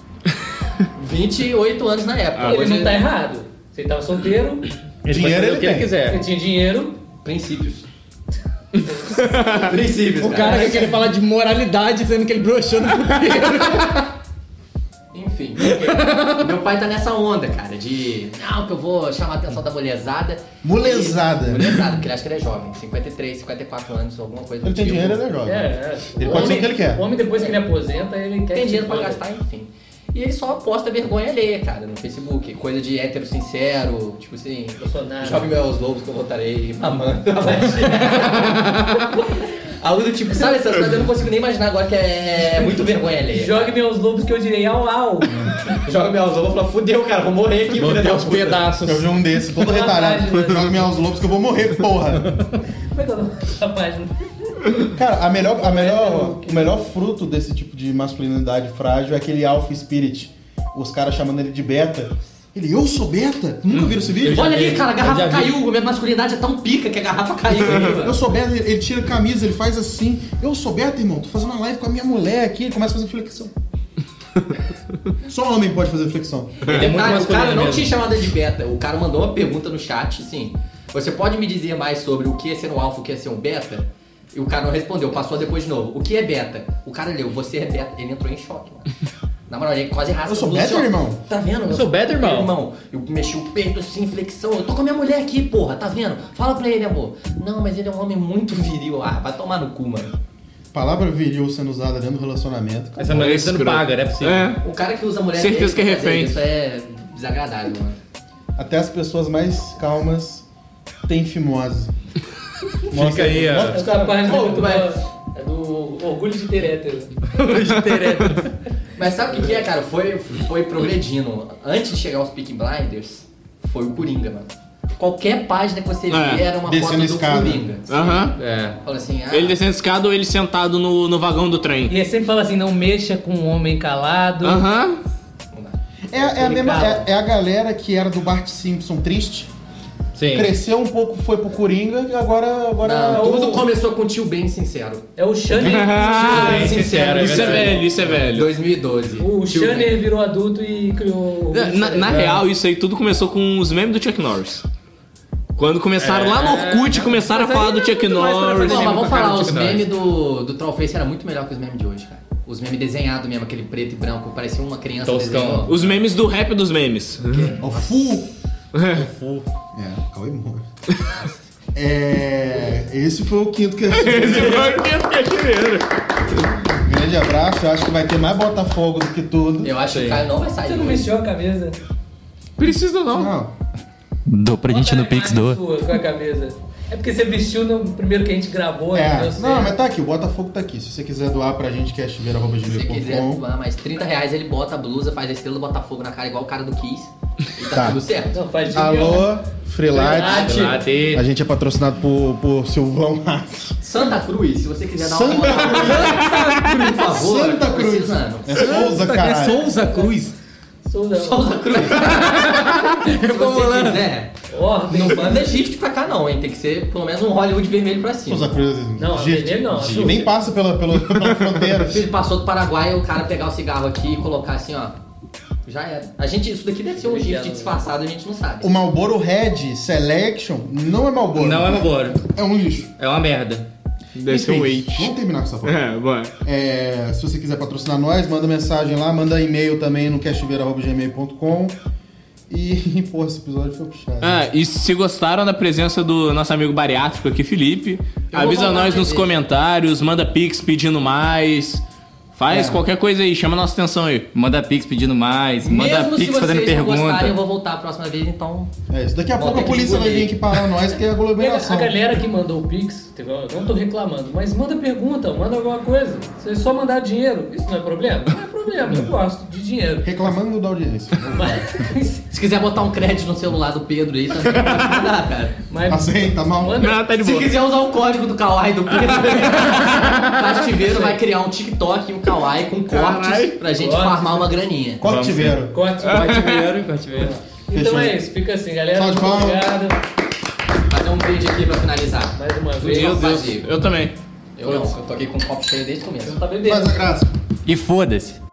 28 anos na época. ele Hoje não tá errado. Você tava solteiro, Ele Dinheiro pode fazer ele o que ele tem. quiser. você tinha dinheiro. Princípios. Princípios, O cara quer querer falar de moralidade, sendo que ele broxou no puteiro. Enfim, meu pai tá nessa onda, cara, de não, que eu vou chamar a atenção da mulherzada. Mulherzada. Mulherzada, porque ele acha que ele é jovem, 53, 54 anos, alguma coisa do Ele tem tipo. dinheiro, ele é jovem. Ele pode ser o que ele quer. O homem, depois que ele aposenta, ele quer Tem que dinheiro se pra foda. gastar, enfim. E ele só posta vergonha alheia, cara, no Facebook. Coisa de hétero sincero, tipo assim, Bolsonaro. jogue meus lobos que eu voltarei mamando. Algo do tipo, sabe essas coisas? Eu não consigo nem imaginar agora que é muito vergonha ali. Jogue-me aos lobos que eu direi au. Joga-me aos lobos e fala, fudeu, cara, vou morrer aqui, filha da Os puta. pedaços. Eu vi um desse, todo retalhado. Joga-me aos lobos que eu vou morrer, porra. Como é que eu não essa página? Cara, o melhor fruto desse tipo de masculinidade frágil é aquele Alpha Spirit. Os caras chamando ele de beta. Ele, eu sou beta? Nunca viram esse vídeo? Olha ali, cara, a garrafa caiu. Minha masculinidade é tão pica que a garrafa caiu. Eu sou beta, ele tira a camisa, ele faz assim. Eu sou beta, irmão, tô fazendo uma live com a minha mulher aqui, ele começa a fazer flexão. Só homem pode fazer flexão. O cara não tinha chamado ele de beta. O cara mandou uma pergunta no chat, assim, você pode me dizer mais sobre o que é ser um alfa, o que é ser um beta? E o cara não respondeu, passou depois de novo. O que é beta? O cara leu, você é beta. Ele entrou em choque, mano. Na moral, ele quase rasga. Eu sou beta, irmão? Tá vendo? Eu sou beta, irmão? Eu mexi o peito assim, flexão. Eu tô com a minha mulher aqui, porra, tá vendo? Fala pra ele, amor. Não, mas ele é um homem muito viril. Ah, vai tomar no cu, mano. Palavra viril sendo usada dentro do relacionamento. Essa mulher você não paga, não é possível. O cara que usa mulher certeza que é refém. Isso é desagradável, mano. Até as pessoas mais calmas têm fimose. Fica aí, ó. Essa página Pô, é do orgulho de ter hétero. Mas sabe o que é, cara? Foi progredindo. Antes de chegar aos Peaky Blinders, foi o Coringa, mano. Qualquer página que você via era uma foto do escada. Coringa. Aham. Fala assim, Ele descendo a escada ou ele sentado no vagão do trem. E ele sempre fala assim, não mexa com um homem calado. Aham. É a galera que era do Bart Simpson triste. Sim. Cresceu um pouco, foi pro Coringa e agora Não, tudo começou com o tio bem sincero. É o Shanner. Bem sincero, Isso é velho. 2012. O Tio Shanner Ben. virou adulto e criou... Na real, isso aí tudo começou com os memes do Chuck Norris. Quando começaram lá no Orkut, começaram a falar do Chuck Norris. Não, mas vamos com a cara falar, do os Chuck memes do Trollface era muito melhor que os memes de hoje, cara. Os memes desenhados mesmo, aquele preto e branco, parecia uma criança Toscão. desenhando. Os memes do rap dos memes. O Fu. Cauê morre. Esse foi o quinto que Grande abraço, eu acho que vai ter mais Botafogo do que tudo. Eu acho que o cara não vai sair. Você não mexeu a camisa? Precisa não. Não. Dou pra gente no Pix, dou. Sua, com a camisa. É porque você vestiu no primeiro que a gente gravou, entendeu? Não, mas tá aqui, o Botafogo tá aqui. Se você quiser doar pra gente, Se quiser cashveira.gmail.com. doar mais R$30, ele bota a blusa, faz a estrela do Botafogo na cara igual o cara do Kiss. E tá tudo certo. Não, faz de Alô, Freelite. Freelite. A gente é patrocinado por Silvão Márcio. Santa Cruz, se você quiser dar uma Santa Cruz, por favor, Santa tô Cruz. precisando. É Souza, caralho. Souza Cruz. Souza Cruz. Se você quiser, Ordem. não manda shift pra cá não, hein? Tem que ser pelo menos um Hollywood vermelho pra cima. Souza Cruz. Não, vermelho não, azul. Nem passa pela fronteira. Se ele passou do Paraguai, o cara pegar o cigarro aqui e colocar assim, ó. Já era. Isso daqui deve ser um gift disfarçado, a gente não sabe. O Marlboro Red Selection não é Marlboro. Não é Marlboro. É um lixo. É uma merda. Deve ser um Enfim, weight. vamos terminar com essa foto. Bom. Se você quiser patrocinar nós, manda mensagem lá, manda e-mail também no cashveira.gmail.com. E, pô, esse episódio foi puxado. E se gostaram da presença do nosso amigo bariátrico aqui, Felipe, avisa nós nos comentários, manda pix pedindo mais. Faz qualquer coisa aí, chama a nossa atenção aí. Manda Pix pedindo mais, manda Mesmo Pix se fazendo vocês não gostarem, eu pergunta. vou voltar a próxima vez, então... É isso. Daqui a Volta pouco a aqui polícia de vai vir goleiro. aqui parar nós, que é A aglomeração. galera que mandou o Pix, eu não tô reclamando, mas manda pergunta, manda alguma coisa. Se é só mandar dinheiro, isso não é problema? Não é problema, eu gosto de dinheiro. Reclamando da audiência. Mas, Se quiser botar um crédito no celular do Pedro aí, também pode mandar, cara. Assim, tá mal? Manda. Não, tá de Se boa. quiser usar o código do Kawaii do Pedro, o Castiveiro vai criar um TikTok e um Kawaii com cortes pra gente Cortes. farmar uma graninha. Qual que tiveram? Corte. Cativeiro. Então Fechou. é isso, fica assim, galera. Salve de Muito palmas. obrigado. Fazer um brinde aqui pra finalizar. Mais uma vez. Meu Deus, Vazio. eu também. Eu não, eu tô aqui com um copo cheio desde o começo. Não tá bebendo. Faz a graça. E foda-se.